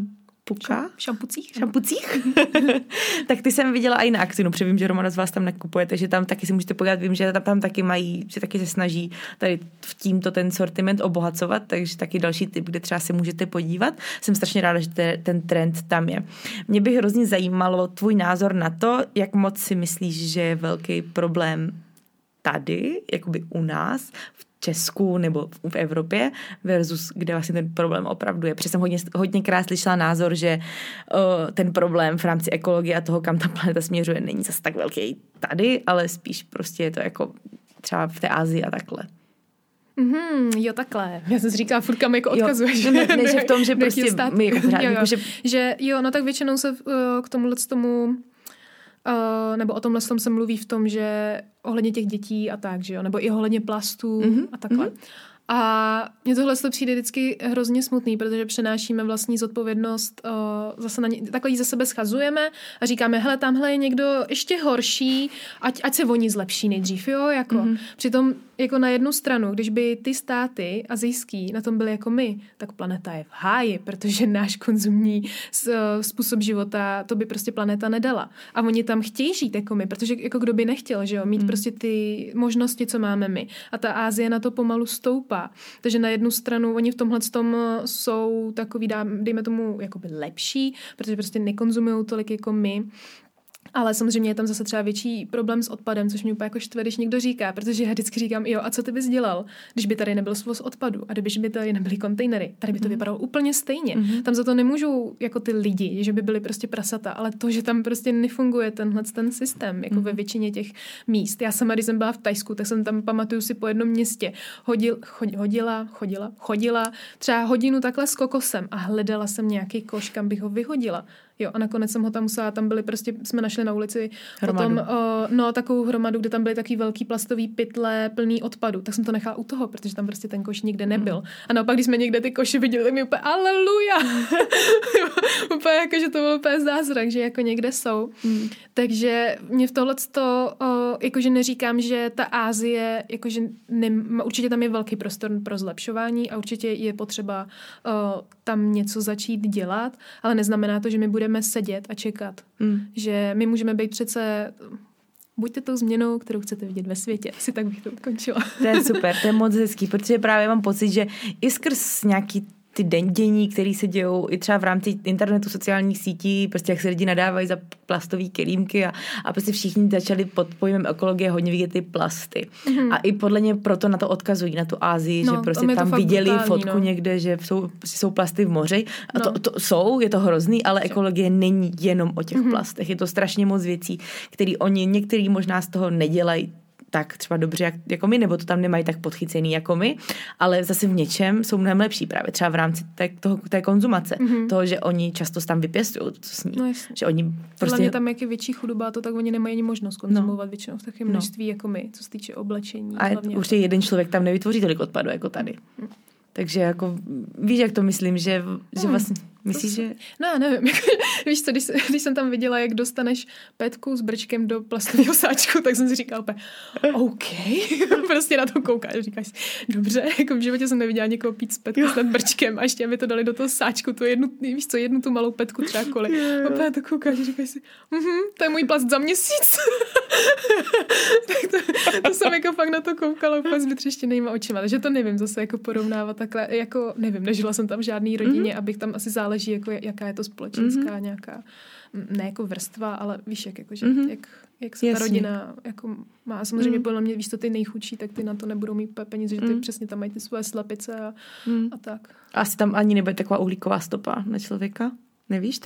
šampucích. Tak ty jsem viděla i na akci, no převím, že Romana z vás tam nakupuje, takže tam taky si můžete podívat, vím, že tam taky mají, že taky se snaží tady v tímto ten sortiment obohacovat, takže taky další tip, kde třeba si můžete podívat. Jsem strašně ráda, že ten trend tam je. Mě by hrozně zajímalo tvůj názor na to, jak moc si myslíš, že je velký problém tady, jakoby u nás, v Česku nebo v Evropě versus kde vlastně ten problém opravdu je. Protože jsem hodněkrát slyšela názor, že ten problém v rámci ekologie a toho, kam ta planeta směřuje, není zase tak velký tady, ale spíš prostě je to jako třeba v té Asii a takhle. Jo, takhle. Já jsem si říkala, furt kam jako odkazuješ. Ne, že v tom, že prostě my jako pořád, že jo, no tak většinou se k tomuhletomu nebo o tomhle se mluví v tom, že ohledně těch dětí a tak, že jo, nebo i ohledně plastů a takhle. A mně tohle přijde vždycky hrozně smutný, protože přenášíme vlastní zodpovědnost, zase na takhle ji ze sebe schazujeme a říkáme, hele, tamhle je někdo ještě horší, ať se oni zlepší nejdřív, jo, jako. Přitom jako na jednu stranu, když by ty státy asijský na tom byly jako my, tak planeta je v háji, protože náš konzumní způsob života, to by prostě planeta nedala. A oni tam chtějí žít jako my, protože jako kdo by nechtěl, že jo, mít prostě ty možnosti, co máme my. A ta Asie na to pomalu stoupá. Takže na jednu stranu oni v tomhletom jsou takový, dejme tomu, jakoby lepší, protože prostě nekonzumují tolik jako my. Ale samozřejmě je tam zase třeba větší problém s odpadem, což mě úplně jako štve, když někdo říká, protože já vždycky říkám, jo, a co ty bys dělal, když by tady nebyl svoz odpadu a když by tady nebyly kontejnery, tady by to vypadalo úplně stejně. Tam za to nemůžou jako ty lidi, že by byly prostě prasata, ale to, že tam prostě nefunguje ten systém, jako ve většině těch míst. Já sama, když jsem byla v Thajsku, tak jsem tam, pamatuju si, po jednom městě chodila třeba hodinu takhle s kokosem a hledala jsem nějaký koš, kam bych ho vyhodila. Jo, a nakonec jsem ho tam musela, tam byly prostě, jsme našli na ulici potom, takovou hromadu, kde tam byly takový velký plastový pytle plný odpadu, tak jsem to nechala u toho, protože tam prostě ten koš nikde nebyl. A naopak, když jsme někde ty koše viděli, tak mi úplně aleluja! Úplně jako, že to bylo úplně zázrak, že jako někde jsou. Takže mě v tohleto, jakože neříkám, že ta Asie, jakože určitě tam je velký prostor pro zlepšování a určitě je potřeba tam něco začít dělat, ale neznamená to, že my budeme sedět a čekat. Že my můžeme být přece, buďte tou změnou, kterou chcete vidět ve světě. Asi tak bych to ukončila. To je super, to je moc hezký, protože právě mám pocit, že i skrz nějaký ty dění, které se dějou i třeba v rámci internetu, sociálních sítí, prostě jak se lidi nadávají za plastové kelímky a prostě všichni začali pod pojmem ekologie hodně vidět ty plasty. A i podle mě proto na to odkazují, na tu Asii, že prostě tam viděli brutální, fotku někde, že jsou plasty v moři. A to jsou, je to hrozný, ale ekologie není jenom o těch plastech. Je to strašně moc věcí, které oni některý možná z toho nedělají tak třeba dobře jako my, nebo to tam nemají tak podchycený jako my, ale zase v něčem jsou mnohem lepší právě třeba v rámci té konzumace. Toho, že oni často tam vypěstují to, co sní. No, že oni prostě... Hlavně tam, jak je větší chudoba, to tak oni nemají ani možnost konzumovat většinou v takovém množství jako my, co se týče oblečení. A určitě jeden člověk tam nevytvoří tolik odpadu jako tady. Takže jako víš, jak to myslím, že vlastně myslíš, že... No já nevím, víš co, když jsem tam viděla, jak dostaneš petku s brčkem do plastového sáčku, tak jsem si říkala úplně, OK, prostě na to koukáš, říkáš si, dobře, jako v životě jsem neviděla někoho pít s petkou s brčkem a ještě aby to dali do toho sáčku, tu jednu tu malou petku třeba kolik. Opět to koukáš, říkáš si, to je můj plast za měsíc. Tak to jsem jako fakt na to koukala úplně s vytřeštěnýma očima, takže to nevím zase jako porovnávat takhle, jako nevím, nežila jsem tam v žádný rodině, abych tam asi záleží, jako jaká je to společenská nějaká, ne jako vrstva, ale víš, jak se ta rodina jako má. Samozřejmě podle mě, víš, to ty nejchudší, tak ty na to nebudou mít peníze, že ty přesně tam mají ty svoje slepice a tak. Asi tam ani nebude taková uhlíková stopa na člověka? Nevíš?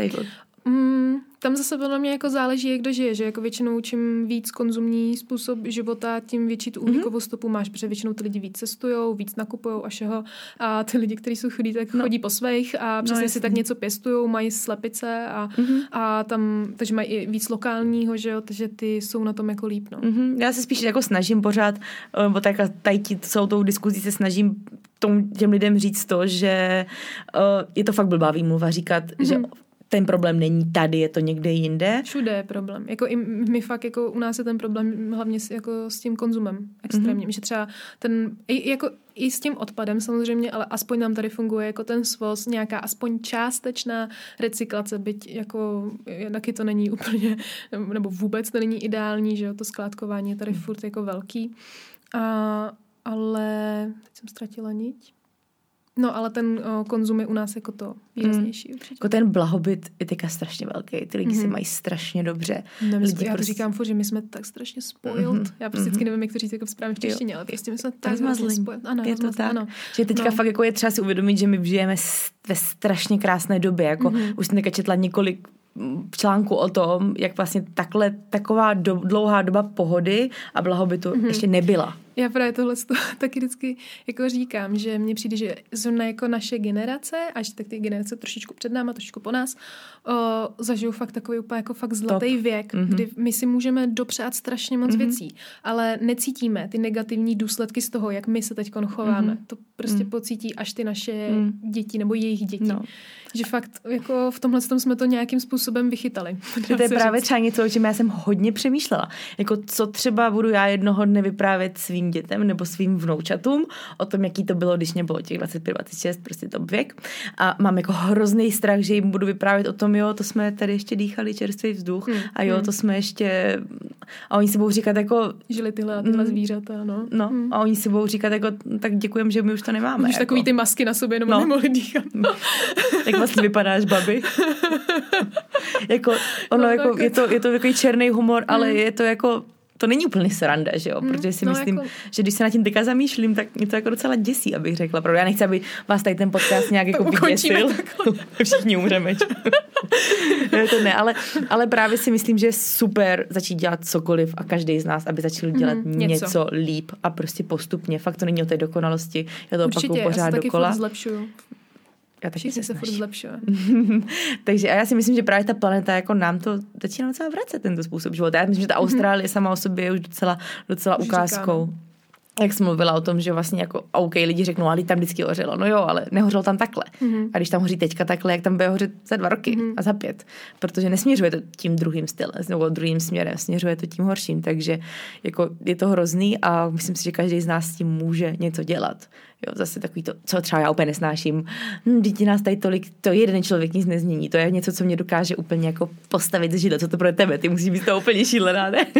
Tam zase podle mě jako záleží, jak kdo žije, že jako většinou čím víc konzumní způsob života, tím větší tu uhlíkovou stopu máš, protože většinou ty lidi víc cestujou, víc nakupujou a všeho a ty lidi, kteří jsou chudí, tak chodí po svých a přesně si tak něco pěstujou, mají slepice a tam, takže mají i víc lokálního, že jo, takže ty jsou na tom jako líp, no. Já se spíš jako snažím pořád, bo tady celou tou diskuzí se snažím těm lidem říct to, že je to fakt blbá výmluva říkat, že ten problém není tady, je to někde jinde. Všude je problém. Jako i my fakt, jako u nás je ten problém hlavně jako s tím konzumem extrémním, že třeba ten, jako i s tím odpadem samozřejmě, ale aspoň nám tady funguje jako ten svoz, nějaká aspoň částečná recyklace, byť jako taky to není úplně, nebo vůbec to není ideální, že jo, to skládkování je tady furt jako velký. Ale teď jsem ztratila niť. No, ale ten konzum je u nás jako to výraznější. Jako ten blahobyt je teďka strašně velký. Ty lidi se mají strašně dobře. Já to říkám furt, že my jsme tak strašně spoiled. Já prostě vždycky nevím, jak to říct jako v správně v češtině, ale prostě my jsme tak strašně spoiled. Ano, je to tak. Ano. Že teďka fakt jako je třeba si uvědomit, že my žijeme ve strašně krásné době. Jako už jsem teďka četla několik článku o tom, jak vlastně taková dlouhá doba pohody a blahobytu ještě nebyla. Já právě tohle taky vždycky jako říkám, že mně přijde, že zrovna jako naše generace, až tak ty generace trošičku před náma, trošičku po nás, zažijou fakt takový úplně jako fakt zlatý věk, kdy my si můžeme dopřát strašně moc věcí, ale necítíme ty negativní důsledky z toho, jak my se teď chováme. To prostě pocítí až ty naše děti nebo jejich děti. No. Že fakt jako v tomhle jsme to nějakým způsobem vychytali. To je právě třeba něco, o čem já jsem hodně přemýšlela. Jako co třeba budu já jednoho dne vyprávět svým dětem nebo svým vnoučatům o tom, jaký to bylo, když mě bylo těch 25-26, prostě top věk. A mám jako hrozný strach, že jim budu vyprávět o tom, jo, to jsme tady ještě dýchali čerstvý vzduch a jo, to jsme ještě... A oni si budou říkat jako... Žili tyhle zvířata, no. No, a oni si budou říkat jako, tak děkujem, že my už to nemáme. Už jako. Takový ty masky na sobě jenom nemohli dýchat. Jak vlastně vypadáš, babi? Jako, ono jako, je to takový černý humor, ale je to jako... To není úplně sranda, že jo? Protože si myslím, jako... že když se na tím teďka zamýšlím, tak mě to jako docela děsí, abych řekla. Protože já nechci, aby vás tady ten podcast nějak jako vyděsil. Všichni umřeme. To ne, ale právě si myslím, že je super začít dělat cokoliv a každý z nás, aby začal dělat něco líp a prostě postupně. Fakt to není o té dokonalosti. Já to opakuju pořád dokola. Já se taky furt zlepšuju. Všichni se furt zlepšuje. Takže a já si myslím, že právě ta planeta jako nám to začíná docela vracet, tento způsob života. Já myslím, že ta Austrálie sama o sobě je už docela ukázkou. Říkáme. Jak jsem mluvila o tom, že vlastně jako OK, lidi řeknou, ale tam vždycky hořelo. No jo, ale nehořelo tam takhle. A když tam hoří teďka takhle, jak tam bude hořet za 2 roky a za 5. Protože nesměřuje to tím druhým stylem, nebo druhým směrem, směřuje to tím horším. Takže jako je to hrozný a myslím si, že každý z nás s tím může něco dělat. Jo, zase takový to, co třeba já úplně nesnáším. Děti nás tady tolik, to jeden člověk nic nezmění. To je něco, co mě dokáže úplně jako postavit z židle. Co to pro tebe? Ty musíš být to úplně šílená, ne?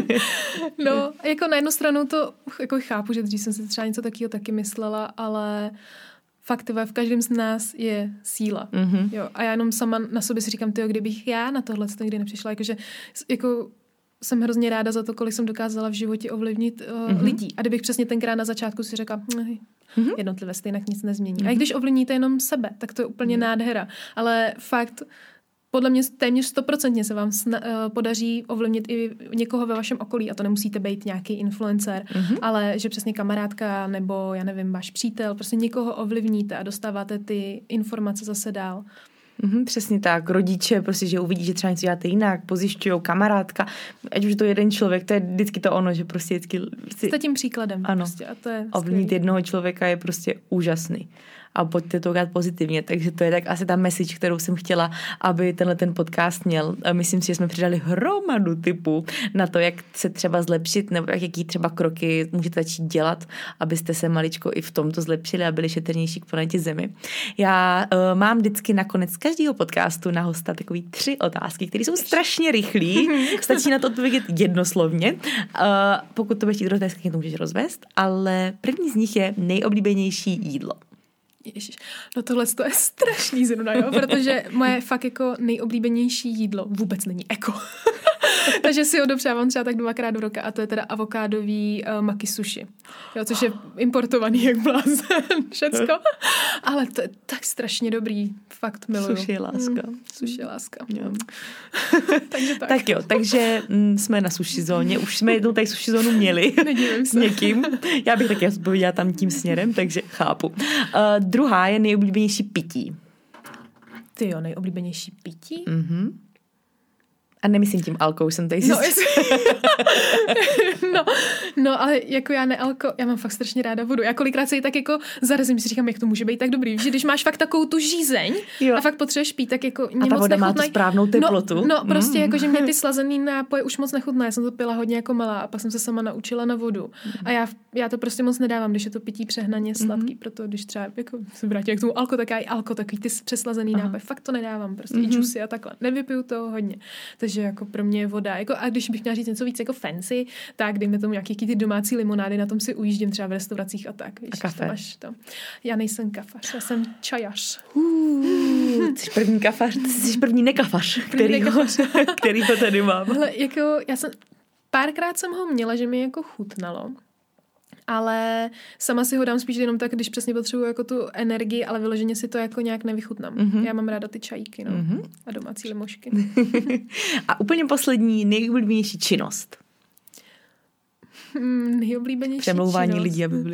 No, jako na jednu stranu to jako chápu, že dřív jsem si třeba něco takového taky myslela, ale fakt v každém z nás je síla. Jo, a já jenom sama na sobě si říkám, kdybych já na tohle nikdy nepřišla, jakože jako jsem hrozně ráda za to, kolik jsem dokázala v životě ovlivnit lidí. A kdybych přesně tenkrát na začátku si řekla, jednotlivé stejnak nic nezmění. A i když ovlivníte jenom sebe, tak to je úplně nádhera. Ale fakt, podle mě téměř 100% se vám podaří ovlivnit i někoho ve vašem okolí. A to nemusíte být nějaký influencer, ale že přesně kamarádka nebo, já nevím, váš přítel, prostě někoho ovlivníte a dostáváte ty informace zase dál. Přesně tak, rodiče, prostě, že uvidí, že třeba něco děláte jinak, pozjišťujou, kamarádka, ať už to jeden člověk, to je vždycky to ono, že prostě jste tím příkladem. Ano, prostě, a to je ovlivnit jednoho člověka je prostě úžasný. A pojďte to udělat pozitivně, takže to je tak asi ta message, kterou jsem chtěla, aby ten podcast měl. Myslím si, že jsme přidali hromadu tipů na to, jak se třeba zlepšit, nebo jaký třeba kroky můžete začít dělat, abyste se maličko i v tomto zlepšili a byli šetrnější k planetě Zemi. Já mám vždycky nakonec každého podcastu na hosta takový 3 otázky, které jsou strašně rychlý. Stačí na to odpovědět jednoslovně. Pokud to budeš jít rozvést, to můžeš rozvést, ale první z nich je nejoblíbenější jídlo. Ježiš, no tohle to je strašný zrovna, jo, protože moje fakt jako nejoblíbenější jídlo vůbec není eko. Takže si ho dopřávám třeba tak 2krát do roka a to je teda avokádový maki sushi. Jo, což je importovaný jak blázen, všecko. Ale to je tak strašně dobrý, fakt miluju. Sushi je láska. Sushi je láska. Jo. Takže tak. Tak jo, takže jsme na sushi zóně. Už jsme jednou tady sushi zónu měli. Nedívím se. S někým. Já bych taky odpověděla tam tím směrem, takže chápu. Druhá je nejoblíbenější pití. Ty jo, nejoblíbenější pití? A nemyslím tím alko, už jsem tady No, ale jako já mám fakt strašně ráda vodu. Já kolikrát se ji tak jako zarazím, si říkám, jak to může být tak dobrý. Že když máš fakt takovou tu žízeň a fakt potřebuješ pít, tak jako mě a ta moc voda nechutnají. má tu správnou teplotu. No, prostě jako, že mě ty slazený nápoje už moc nechutná. Já jsem to pila hodně jako malá a pak jsem se sama naučila na vodu. A já to prostě moc nedávám, když je to pití přehnaně sladký, proto když třeba jako se vrátím k tomu alko, tak já i alko, takový ty přeslazený nápoje, fakt to nedávám, prostě i džusy a takhle. Nevypiju to hodně. Takže jako pro mě je voda. Jako, a když bych měla říct něco víc jako fancy, tak dejme tomu nějaký ty domácí limonády, na tom si ujíždím třeba v restauracích a tak. Víš, a kafe? Já nejsem kafař, já jsem čajař. Jsi první kafař, jsi první nekafař, kterýho tady mám. Hele, jako párkrát jsem ho měla, že mi jako chutnalo, ale sama si ho dám spíš jenom tak, když přesně potřebuji jako tu energii, ale vyloženě si to jako nějak nevychutnám. Já mám ráda ty čajíky, a domácí limošky. A úplně poslední, nejoblíbenější činnost. Nejoblíbenější přemlouvání činnost. lidí, aby byli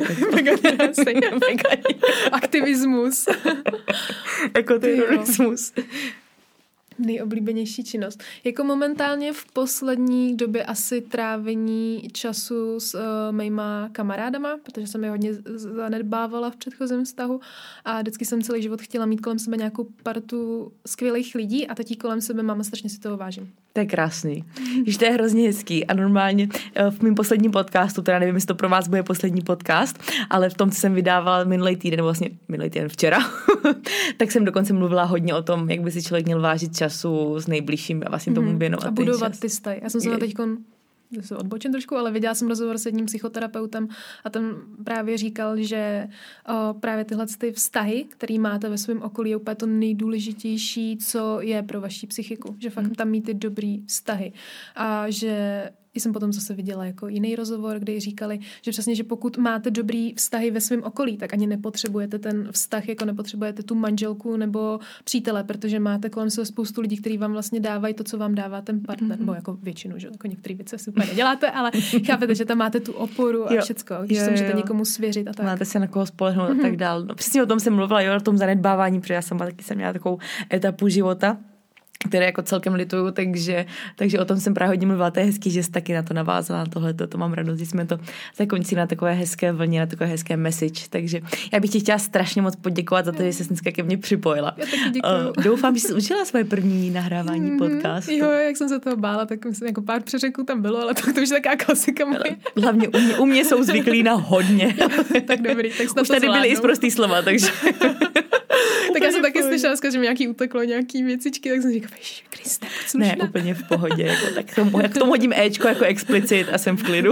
aktivismus. Ekoterorismus. Nejoblíbenější činnost. Jako momentálně v poslední době asi trávení času s mýma kamarádama, protože jsem je hodně zanedbávala v předchozím vztahu a vždycky jsem celý život chtěla mít kolem sebe nějakou partu skvělých lidí a teď kolem sebe mám a strašně si toho vážím. To je krásný. Když to je hrozně hezký a normálně v mém posledním podcastu, teda nevím, jestli to pro vás bude poslední podcast, ale v tom, co jsem vydávala minulý týden, vlastně minulý týden včera, tak jsem dokonce mluvila hodně o tom, jak by si člověk měl vážit času s nejbližším a vlastně tomu věnovat. A budovat ty vztahy. Já jsem se teďkon odbočím trošku, ale viděla jsem rozhovor s jedním psychoterapeutem a ten právě říkal, že právě tyhle ty vztahy, které máte ve svém okolí, je úplně to nejdůležitější, co je pro vaši psychiku. Že fakt tam mít ty dobrý vztahy. A že jsem potom zase viděla jako jiný rozhovor, kde říkali, že přesně, že pokud máte dobrý vztahy ve svém okolí, tak ani nepotřebujete ten vztah, jako nepotřebujete tu manželku nebo přítele, protože máte kolem sebe spoustu lidí, kteří vám vlastně dávají to, co vám dává ten partner, nebo jako většinu, že jako některé věci si úplně neděláte, ale chápete, že tam máte tu oporu a všecko, když se můžete někomu svěřit a tak. Máte se na koho spolehnout a tak dál. No, přesně o tom jsem mluvila, o tom zanedbávání, protože já sama taky jsem měla takovou etapu života, které jako celkem lituju, takže o tom jsem právě hodně mluvila. To je hezký, že jsi taky na to navázala, to mám radost, že jsme to zakončili na takové hezké vlně, na takové hezké message, takže já bych ti chtěla strašně moc poděkovat za to, že jsi dneska ke mně připojila. Já taky děkuju. Doufám, že jsi užila svoje první nahrávání podcastu. Jo, jak jsem se toho bála, tak myslím, jako pár přeřeků tam bylo, ale to už je taková klasika moje. Hlavně u mě jsou zvyklí na hodně. Tak dobrý, tak snad už tady byly i sprostý slova, takže... Tak já jsem taky slyšela, že mi nějaký uteklo, nějaký věcičky, tak jsem říkala, Ježiši Kriste, ne, úplně v pohodě, jako, tak k tomu hodím Ečko jako explicit a jsem v klidu.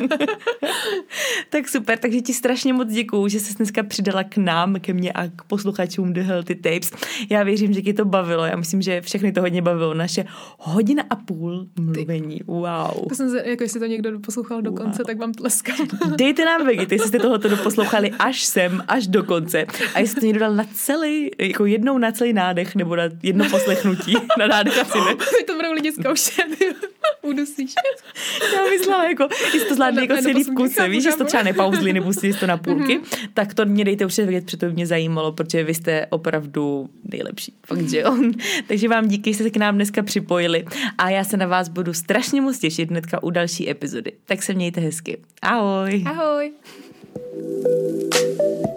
Tak super, takže ti strašně moc děkuju, že jsi dneska přidala k nám, ke mně a k posluchačům The Healthy Tapes. Já věřím, že ti to bavilo, já myslím, že všechny to hodně bavilo, naše 1.5 hodiny mluvení, wow. To jsem se, jako jestli to někdo poslouchal do konce, tak vám tleskám. Dejte nám vědět, jestli jste tohoto doposlouchali až do konce a jestli to někdo dal na celý, jako jednou na celý nádech, nebo na jedno poslechnutí, na nádech asi ne. To budou lidi zkoušet, udusíš. Já myslela, jako, jestli to zvládli jako celý v kuse, víš, jestli to třeba nepauzli, nebo si to na půlky, tak to mě dejte určitě vědět, protože to mě zajímalo, protože vy jste opravdu nejlepší. Fakt, že jo. Takže vám díky, že jste se k nám dneska připojili a já se na vás budu strašně moc těšit hnedka u další epizody. Tak se mějte hezky. Ahoj. Ahoj.